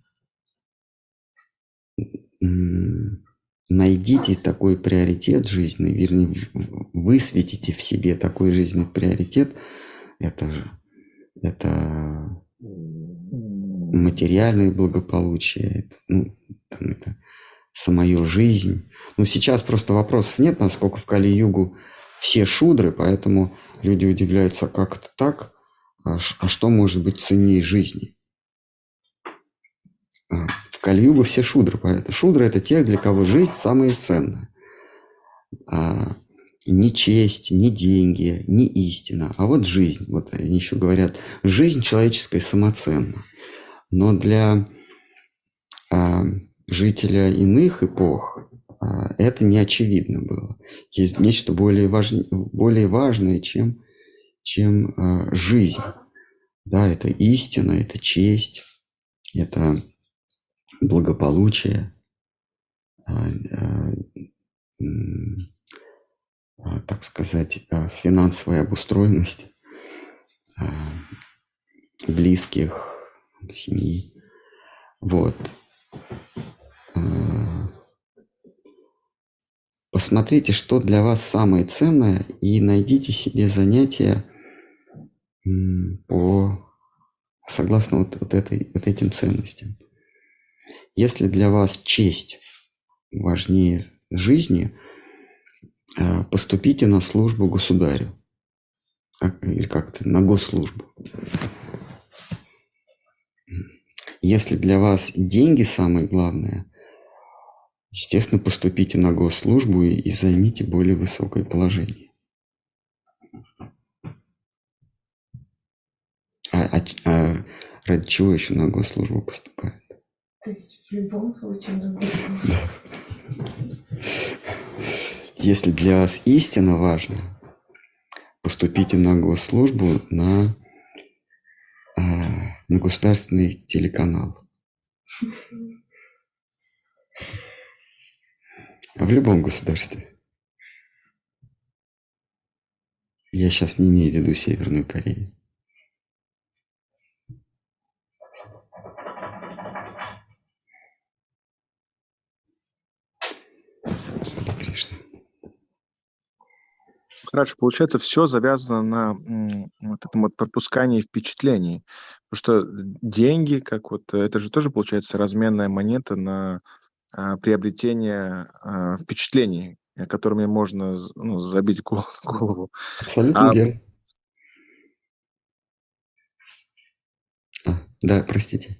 найдите такой приоритет жизни, вернее, высветите в себе такой жизненный приоритет, это же, это материальное благополучие, ну, там это самая жизнь. Ну, сейчас просто вопросов нет, поскольку в Кали-югу все шудры, поэтому люди удивляются, как это так, а, а что может быть ценнее жизни? В Кали-югу все шудры, поэтому шудры – это те, для кого жизнь самая ценная. А, ни честь, ни деньги, ни истина, а вот жизнь. Вот они еще говорят, жизнь человеческая самоценна. Но для а, жителя иных эпох а, это не очевидно было. Есть нечто более, важ... более важное, чем, чем а, жизнь. Да, это истина, это честь, это благополучие, а, а, а, так сказать, а, финансовая обустроенность а, близких, семьи. Вот. Посмотрите, что для вас самое ценное, и найдите себе занятия по, согласно вот, вот, этой, вот этим ценностям. Если для вас честь важнее жизни, поступите на службу государю. Или как-то на госслужбу. Если для вас деньги самое главное, естественно, поступите на госслужбу и, и займите более высокое положение. А, а, а ради чего еще на госслужбу поступают? То есть в любом случае на госслужбу. Если для вас истина важна, поступите на госслужбу на, на государственный телеканал. В любом государстве. Я сейчас не имею в виду Северную Корею. Хорошо, получается, все завязано на м, вот этом вот пропускании впечатлений. Потому что деньги, как вот, это же тоже, получается, разменная монета на а, приобретение а, впечатлений, э, которыми можно з- ну, забить гол- голову. Абсолютно А, верно. А, да, простите.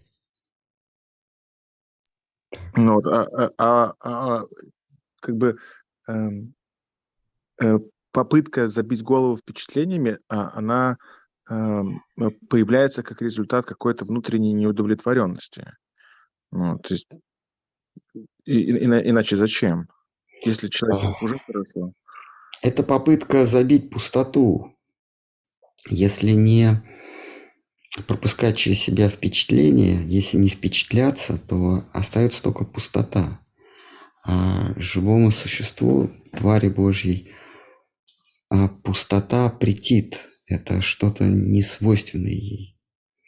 ну, вот, а, а- а- а, как бы эм, э, попытка забить голову впечатлениями, а, она эм, э, появляется как результат какой-то внутренней неудовлетворенности. Ну, то есть, и- и- ина- иначе зачем? Если человеку уже хорошо. Это попытка забить пустоту. Если не пропускать через себя впечатления, если не впечатляться, то остается только пустота. А живому существу, твари Божьей, а пустота претит. Это что-то несвойственное ей.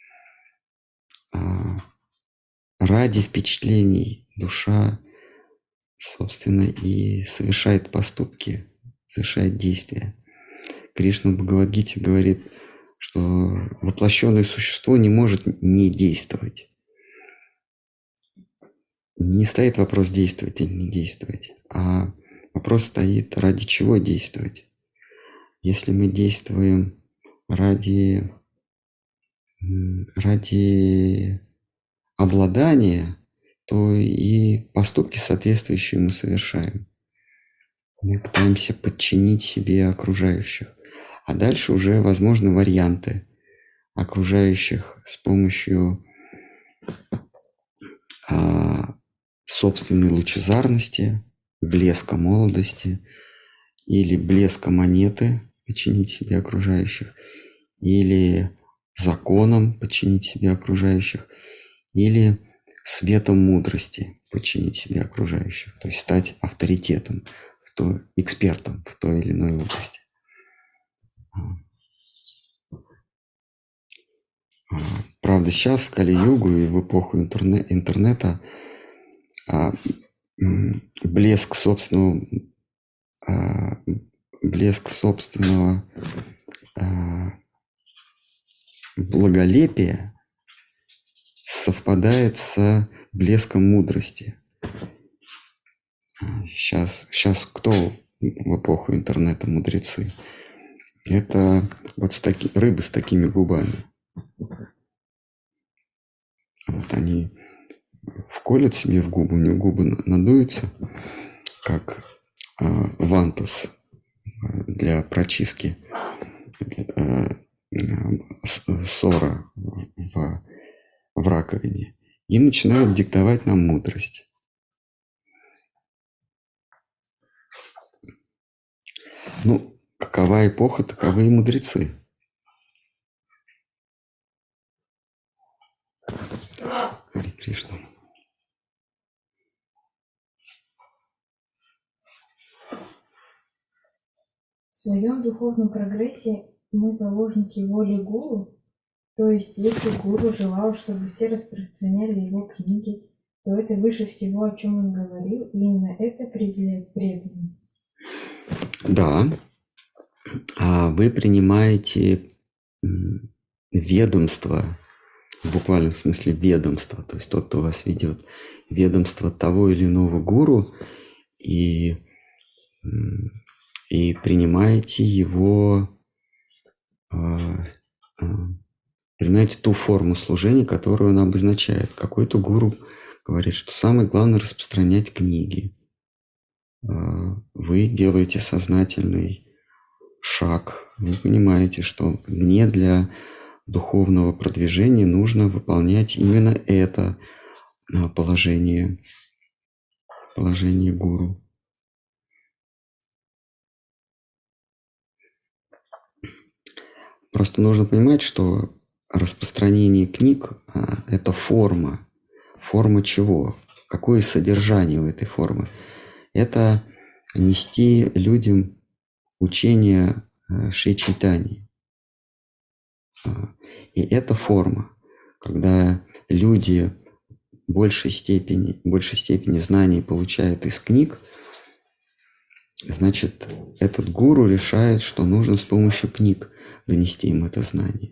А ради впечатлений душа, собственно, и совершает поступки, совершает действия. Кришна в Бхагавад-гите говорит, что воплощенное существо не может не действовать. Не стоит вопрос действовать или не действовать, а Вопрос стоит, ради чего действовать. Если мы действуем ради, ради обладания, то и поступки соответствующие мы совершаем. Мы пытаемся подчинить себе окружающих. А дальше уже возможны варианты окружающих с помощью а, собственной лучезарности, блеска молодости или блеска монеты подчинить себе окружающих, или законом подчинить себе окружающих, или светом мудрости подчинить себе окружающих, то есть стать авторитетом, в той, экспертом в той или иной области. Правда, сейчас в Кали-югу и в эпоху интерне- интернета а, блеск собственного а, блеск собственного а, благолепия совпадает с блеском мудрости. Сейчас, сейчас кто в эпоху интернета мудрецы? Это вот с таки, рыбы с такими губами. Вот они вколят себе в губы, у них губы надуются, как э, вантус для прочистки э, ссора в, в раковине, и начинают диктовать нам мудрость. Ну, какова эпоха, таковы и мудрецы. Харе Кришна. В своем духовном прогрессе мы заложники воли гуру, то есть если гуру желал, чтобы все распространяли его книги, то это выше всего, о чем он говорил, и именно это определяет преданность. Да, а вы принимаете ведомство, в буквальном смысле ведомство, то есть тот, кто вас ведет, ведомство того или иного гуру, и, и принимаете его, принимаете ту форму служения, которую он обозначает. Какой-то гуру говорит, что самое главное распространять книги. Вы делаете сознательный шаг, вы понимаете, что мне для духовного продвижения нужно выполнять именно это положение, положение гуру. Просто нужно понимать, что распространение книг – это форма. Форма чего? Какое содержание у этой формы? Это нести людям учение Шри Чайтаньи. И это форма, когда люди в большей степени, в большей степени знаний получают из книг, значит, этот гуру решает, что нужно с помощью книг донести им это знание.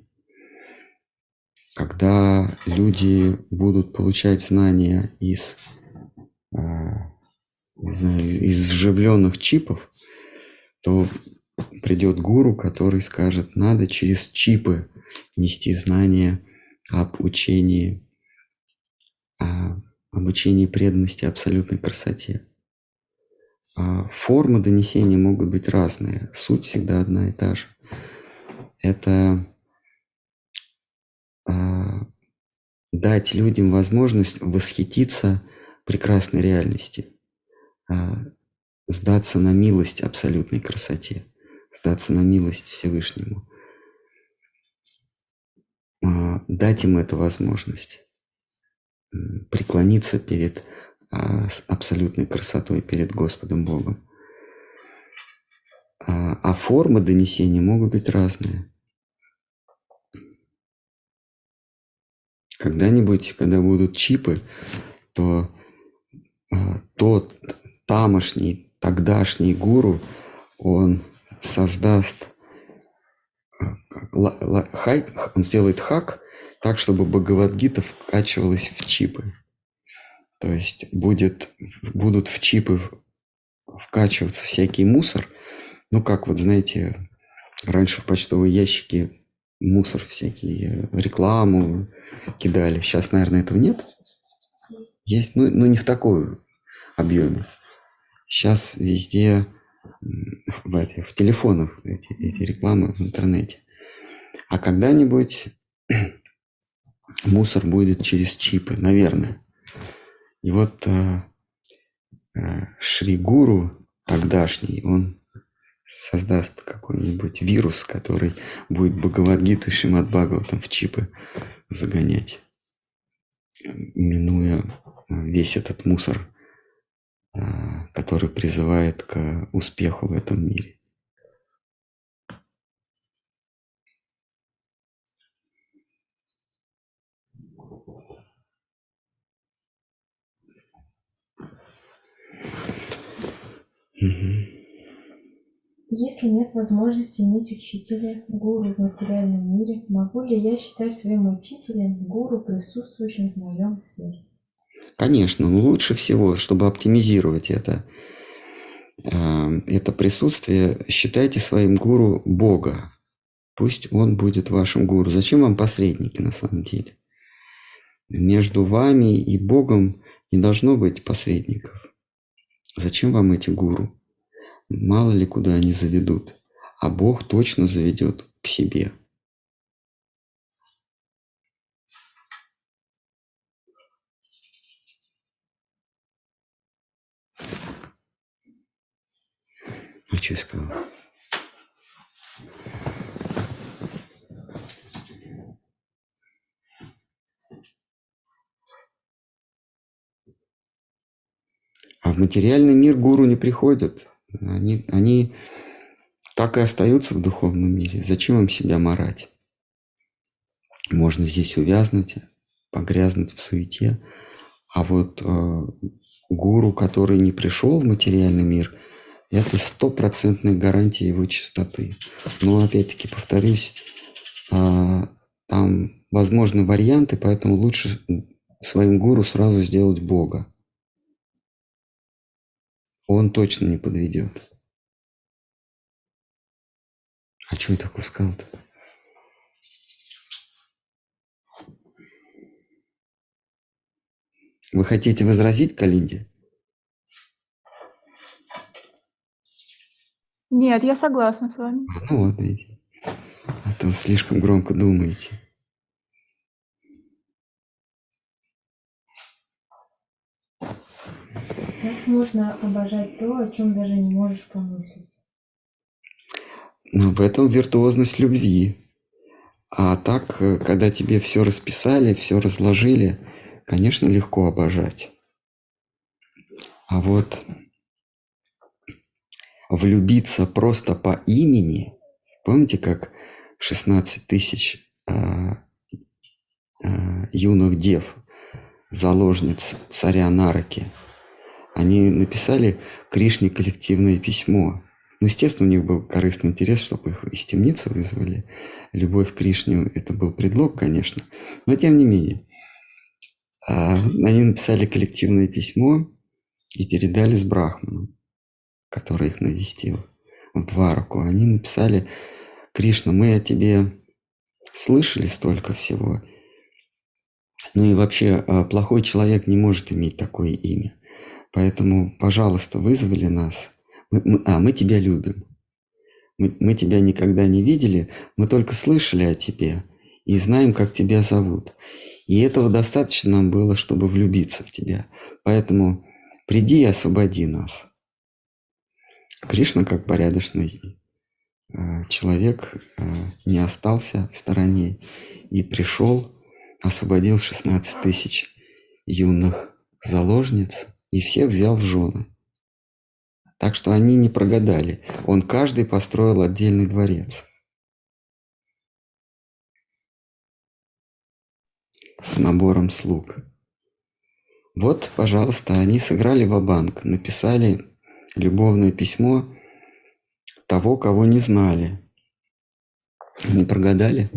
Когда люди будут получать знания из, не знаю, из вживленных чипов, то придет гуру, который скажет, надо через чипы нести знания об учении, об учении преданности абсолютной красоте. А формы донесения могут быть разные, суть всегда одна и та же. Это а, дать людям возможность восхититься прекрасной реальности, а, сдаться на милость абсолютной красоте, сдаться на милость Всевышнему, а, дать им эту возможность, преклониться перед а, абсолютной красотой, перед Господом Богом. А, а формы донесения могут быть разные. Когда-нибудь, когда будут чипы, то а, тот тамошний, тогдашний гуру, он создаст, он сделает хак так, чтобы Бхагавад-гита вкачивалась в чипы. То есть будет, будут в чипы вкачиваться всякий мусор. Ну, как вот, знаете, раньше в почтовые ящики мусор всякий, рекламу кидали. Сейчас, наверное, этого нет. Есть, ну, ну не в такой объеме. Сейчас везде в, эти, в телефонах эти, эти рекламы в интернете. А когда-нибудь мусор будет через чипы, наверное. И вот э, э, Шри Гуру тогдашний, он создаст какой-нибудь вирус, который будет Бхагавад-гиту и Шримад Бхагаватам в чипы загонять, минуя весь этот мусор, э, который призывает к успеху в этом мире. Угу. Если нет возможности иметь учителя, гуру в материальном мире, могу ли я считать своим учителем гуру, присутствующим в моем сердце? Конечно, но лучше всего, чтобы оптимизировать это, это присутствие, считайте своим гуру Бога. Пусть он будет вашим гуру. Зачем вам посредники на самом деле? Между вами и Богом не должно быть посредников. Зачем вам эти гуру? Мало ли куда они заведут. А Бог точно заведет к себе. А что я сказал? А в материальный мир гуру не приходят. Они, они так и остаются в духовном мире. Зачем им себя марать? Можно здесь увязнуть, погрязнуть в суете. А вот э, гуру, который не пришел в материальный мир, это стопроцентная гарантия его чистоты. Но опять-таки повторюсь, э, там возможны варианты, поэтому лучше своим гуру сразу сделать Бога. Он точно не подведет. А что я такое сказал-то? Вы хотите возразить, Калинде? Нет, я согласна с вами. Ну вот, видите. А то слишком громко думаете. Как можно обожать то, о чем даже не можешь помыслить? Но в этом виртуозность любви. А так, когда тебе все расписали, все разложили, конечно, легко обожать. А вот влюбиться просто по имени, помните, как шестнадцать тысяч а, а, юных дев, заложниц царя Нараки, они написали Кришне коллективное письмо. Ну, естественно, у них был корыстный интерес, чтобы их из темницы вызвали. Любовь к Кришне – это был предлог, конечно. Но тем не менее. Они написали коллективное письмо и передали с Брахманом, который их навестил в Двараку. Они написали: Кришна, мы о тебе слышали столько всего. Ну и вообще, плохой человек не может иметь такое имя. Поэтому, пожалуйста, вызвали нас. Мы, мы, а, мы тебя любим. Мы, мы тебя никогда не видели, мы только слышали о тебе и знаем, как тебя зовут. И этого достаточно нам было, чтобы влюбиться в тебя. Поэтому приди и освободи нас. Кришна, как порядочный э, человек, э, не остался в стороне и пришел, освободил шестнадцать тысяч юных заложниц и всех взял в жены. Так что они не прогадали. Он каждый построил отдельный дворец. С набором слуг. Вот, пожалуйста, они сыграли ва-банк, написали любовное письмо того, кого не знали. Не прогадали?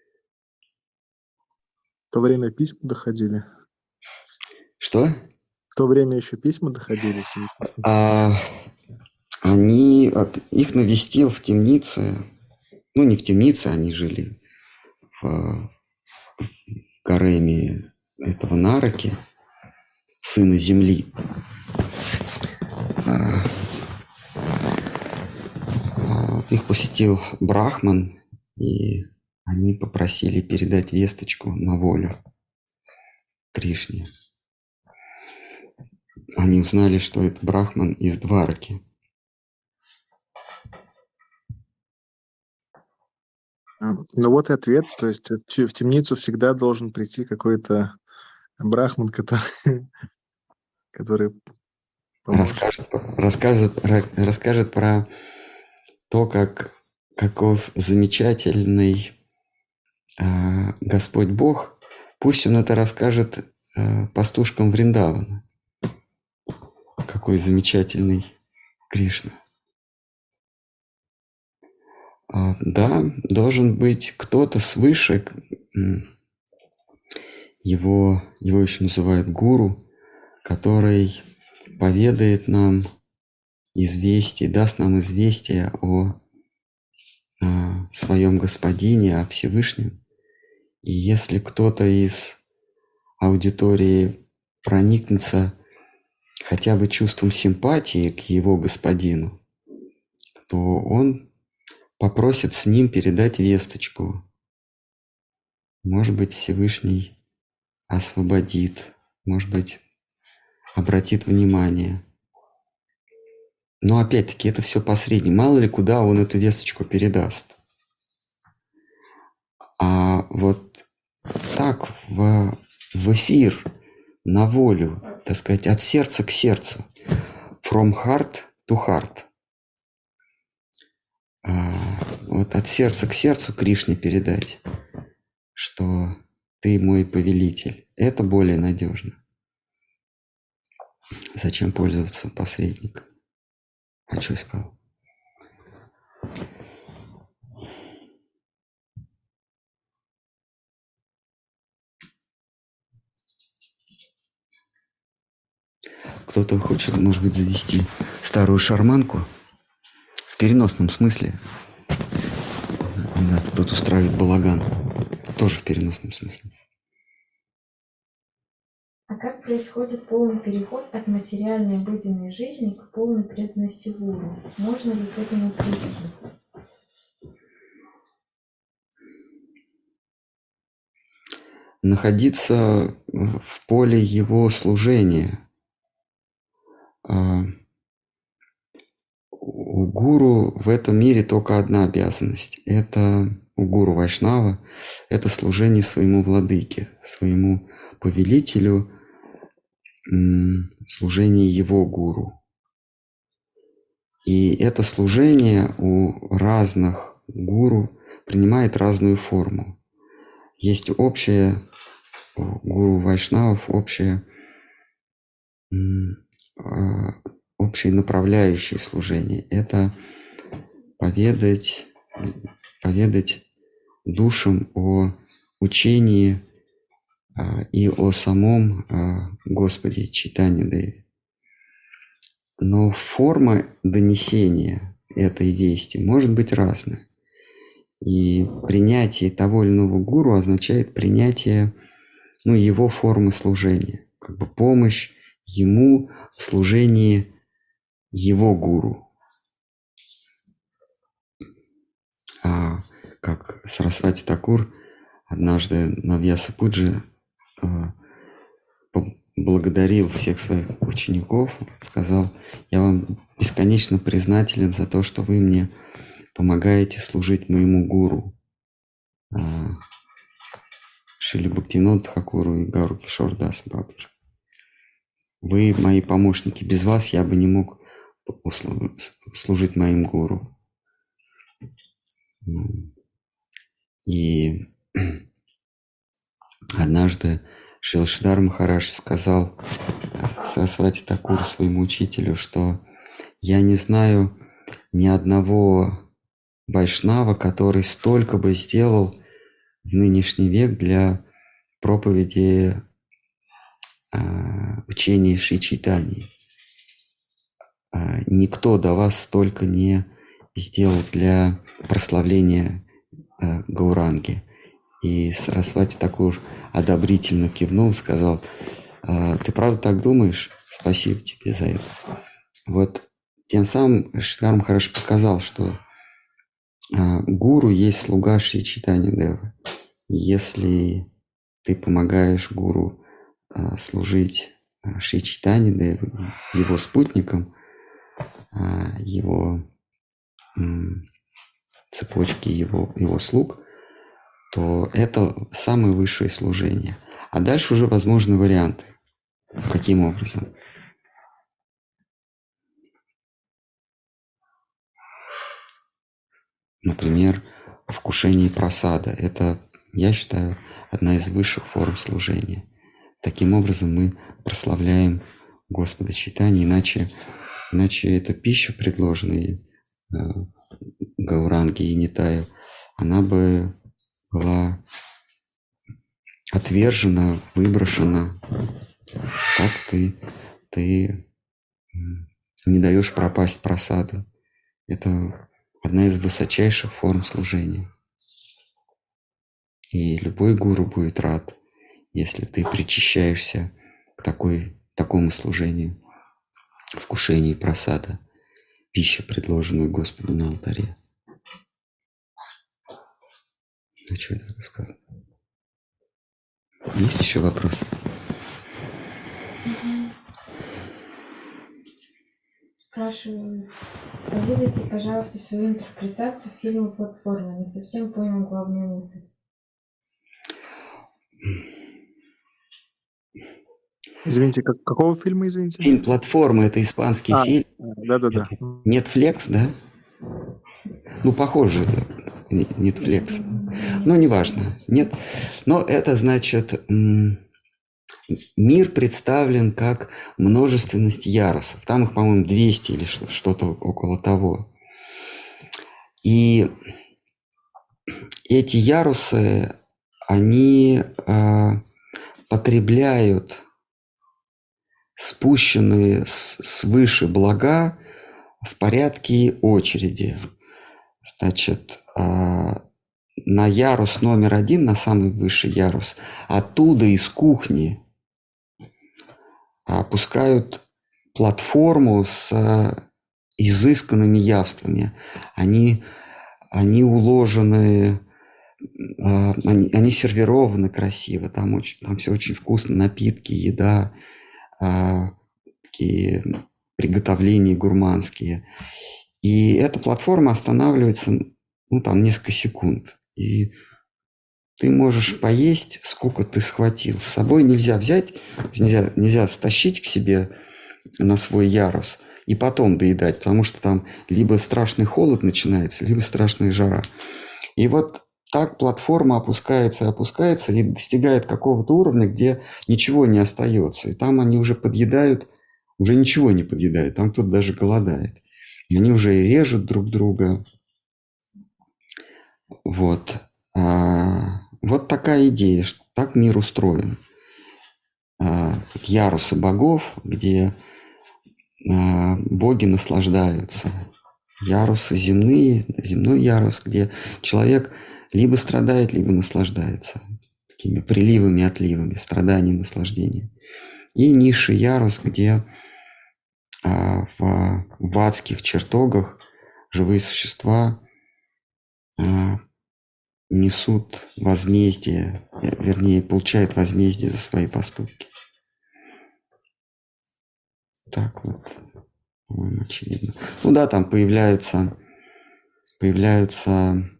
В то время письма доходили. Что? В то время еще письма доходили? Или письма? А, они, их навестил в темнице, ну не в темнице, они жили в, в гареме этого Нараки, сына земли. А, а, их посетил Брахман, и они попросили передать весточку на волю Кришне. Они узнали, что это Брахман из Двараки. Ну вот и ответ. То есть в темницу всегда должен прийти какой-то Брахман, который, который поможет. Расскажет, расскажет, расскажет про то, как, каков замечательный э, Господь Бог. Пусть он это расскажет э, пастушкам Вриндавана. Какой замечательный Кришна. А, да, должен быть кто-то свыше, его, его еще называют гуру, который поведает нам известие, даст нам известие о, о своем Господине, о Всевышнем. И если кто-то из аудитории проникнется хотя бы чувством симпатии к его господину, то он попросит с ним передать весточку. Может быть, Всевышний освободит, может быть, обратит внимание. Но опять-таки это все посредний. Мало ли, куда он эту весточку передаст. А вот так в, в эфир, на волю, так сказать, от сердца к сердцу. From heart to heart. А, вот от сердца к сердцу Кришне передать, что ты мой повелитель. Это более надежно. Зачем пользоваться посредником? А что я сказал? Кто-то хочет, может быть, завести старую шарманку в переносном смысле. Да, тут устраивает балаган. Тоже в переносном смысле. А как происходит полный переход от материальной обыденной жизни к полной преданности гуру? Можно ли к этому прийти? Находиться в поле его служения. У гуру в этом мире только одна обязанность. Это у гуру Вайшнава, это служение своему владыке, своему повелителю, служение его гуру. И это служение у разных гуру принимает разную форму. Есть общее, у гуру Вайшнавов общее, общие направляющие служения. Это поведать, поведать душам о учении а, и о самом а, Господе Чайтанья Деве. Но форма донесения этой вести может быть разная. И принятие того или иного гуру означает принятие, ну, его формы служения, как бы помощь ему в служении его гуру. А как Сарасвати Такур однажды на Вьяса-Пуджи а, поблагодарил всех своих учеников, сказал: я вам бесконечно признателен за то, что вы мне помогаете служить моему гуру а, Шриле Бхактивинода Тхакуру и Гауру Кишор Дас Бабаджи. Вы мои помощники, без вас я бы не мог служить моим гуру. И однажды Шрила Шридар Махарадж сказал Сарасвати Такуру, своему учителю, что я не знаю ни одного вайшнава, который столько бы сделал в нынешний век для проповеди а, учение Шри Чайтаньи. А, никто до вас столько не сделал для прославления а, Гауранги. И Сарасвати Такур одобрительно кивнул, сказал: «А, ты правда так думаешь? Спасибо тебе за это». Вот тем самым Шридхарма хорошо показал, что а, гуру есть слуга Шри Чайтаньи Девы. Если ты помогаешь гуру а, служить а, Шри Чайтаньи Девы, его спутникам, а, его м, цепочки, его, его слуг, то это самое высшее служение. А дальше уже возможны варианты. Каким образом? Например, вкушение прасада. Это, я считаю, одна из высших форм служения. Таким образом мы прославляем Господа Чайтаньи, иначе, иначе эта пища, предложенная э, Гауранге и Нитаю, она бы была отвержена, выброшена. Так ты, ты не даешь пропасть прасаду. Это одна из высочайших форм служения. И любой гуру будет рад, если ты причащаешься к такой, такому служению, вкушению прасада, пищи, предложенную Господу на алтаре. Ну, что я так сказал? Есть еще вопросы? Спрашиваю, поведайте, пожалуйста, свою интерпретацию фильма «Платформа». Не совсем понял главную мысль. Извините, как, какого фильма, извините? Фильм «Платформа» — это испанский А, фильм. да-да-да. Netflix, да? Ну, похоже, это Netflix. Но неважно. Нет. Но это значит, мир представлен как множественность ярусов. Там их, по-моему, двести или что-то около того. И эти ярусы, они э, потребляют спущенные с, свыше блага в порядке очереди. Значит, э, на ярус номер один, на самый высший ярус, оттуда из кухни опускают платформу с изысканными явствами. Они, они уложены, они, они сервированы красиво. Там, очень, там все очень вкусно, напитки, еда, такие приготовления гурманские. И эта платформа останавливается, ну, там, несколько секунд. И ты можешь поесть, сколько ты схватил. С собой нельзя взять, нельзя, нельзя стащить к себе на свой ярус и потом доедать, потому что там либо страшный холод начинается, либо страшная жара. И вот так платформа опускается и опускается и достигает какого-то уровня, где ничего не остается. И там они уже подъедают, уже ничего не подъедают, там кто-то даже голодает. Они уже режут друг друга. Вот. А, вот такая идея, что так мир устроен. А, ярусы богов, где а, боги наслаждаются. Ярусы земные, земной ярус, где человек либо страдает, либо наслаждается. Такими приливами, отливами, страданий, наслаждения. И низший ярус, где а, в, в адских чертогах живые существа а, несут возмездие, вернее, получают возмездие за свои поступки. Так вот, по-моему, очевидно. Ну да, там появляются, появляются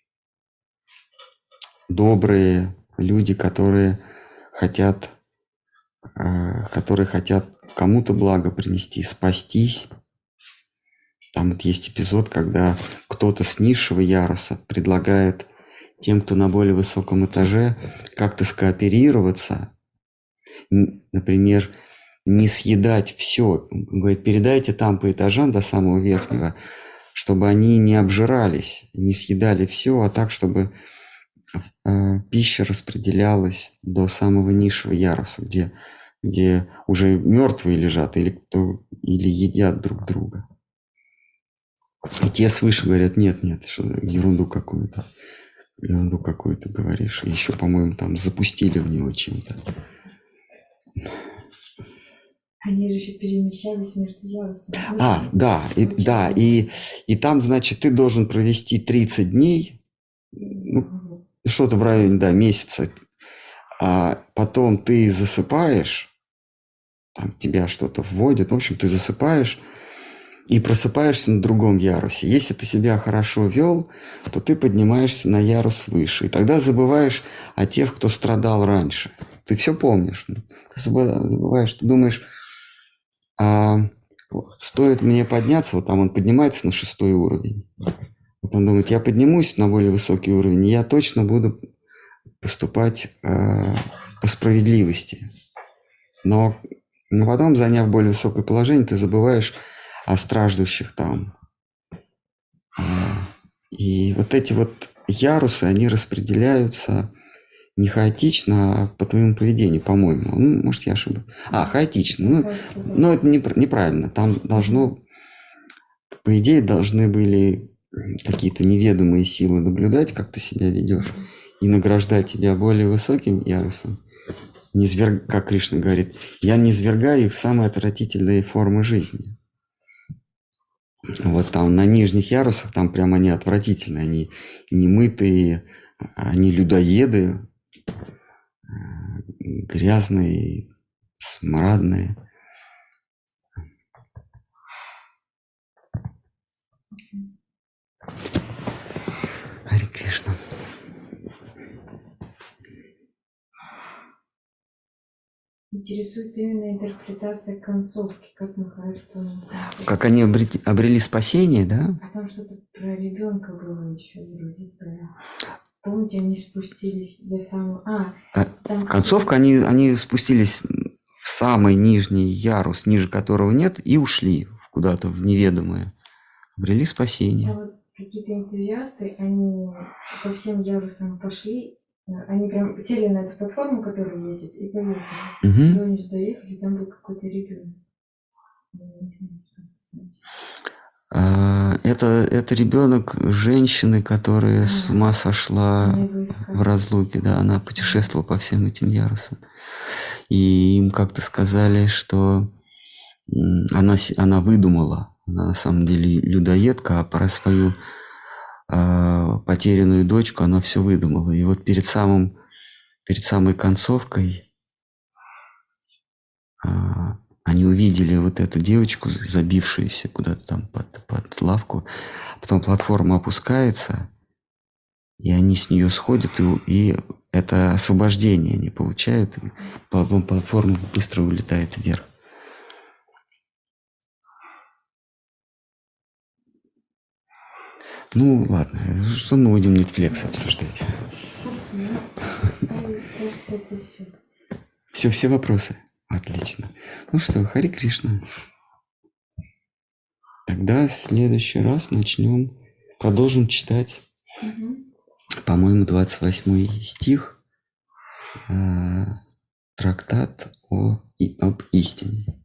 добрые люди, которые хотят, которые хотят кому-то благо принести, спастись. Там вот есть эпизод, когда кто-то с низшего яруса предлагает тем, кто на более высоком этаже, как-то скооперироваться, например, не съедать все. Он говорит, передайте там по этажам до самого верхнего, чтобы они не обжирались, не съедали все, а так, чтобы э, пища распределялась до самого низшего яруса, где где уже мертвые лежат или, кто, или едят друг друга. И те свыше говорят, нет, нет, что ерунду какую-то, ерунду какую-то говоришь. И еще, по-моему, там запустили в него чем-то. Они же еще перемещались между ярусами. А, да, и, да, и, и там, значит, ты должен провести тридцать дней, ну, что-то в районе, да, месяца, а потом ты засыпаешь, там тебя что-то вводят, в общем, ты засыпаешь и просыпаешься на другом ярусе. Если ты себя хорошо вел, то ты поднимаешься на ярус выше, и тогда забываешь о тех, кто страдал раньше. Ты все помнишь, ты забываешь, ты думаешь, а стоит мне подняться, вот там он поднимается на шестой уровень, вот он думает, я поднимусь на более высокий уровень, и я точно буду поступать э, по справедливости. Но, но потом, заняв более высокое положение, ты забываешь о страждущих там. И вот эти вот ярусы, они распределяются не хаотично, а по твоему поведению, по-моему. Ну, может, я ошибаюсь. А, хаотично. Ну, но это не, неправильно. Там должно, по идее, должны были какие-то неведомые силы наблюдать, как ты себя ведешь, и награждать тебя более высоким ярусом. Не зверг... Как Кришна говорит, я не свергаю их в самые отвратительные формы жизни. Вот там на нижних ярусах, там прям они отвратительные, они немытые, они людоеды, грязные, смрадные. Харе Кришна. Интересует именно интерпретация концовки, как Махарадж понял. Как они обрели, обрели спасение, да? А там что-то про ребенка было еще вроде. Про... Помните, они спустились до самого... А, а там... Концовка, они, они спустились в самый нижний ярус, ниже которого нет, и ушли куда-то в неведомое. Обрели спасение. А вот какие-то энтузиасты, они по всем ярусам пошли, они прям сели на эту платформу, которая ездит, и поехали. Угу. До них доехали, там был какой-то ребенок. Это, это ребенок женщины, которая а, с ума сошла в разлуке, да, она путешествовала по всем этим ярусам. И им как-то сказали, что она, она выдумала, она на самом деле людоедка, а про свою э, потерянную дочку она все выдумала. И вот перед, самым, перед самой концовкой э, они увидели вот эту девочку, забившуюся куда-то там под, под лавку. Потом платформа опускается, и они с нее сходят, и, и это освобождение они получают. И потом платформа быстро улетает вверх. Ну, ладно, что мы будем Netflix обсуждать? Кажется, это все. Все, все вопросы? Отлично. Ну что, Харе Кришна. Тогда в следующий раз начнем, продолжим читать, угу. По-моему, двадцать восьмой стих, э, трактат о, и, об истине.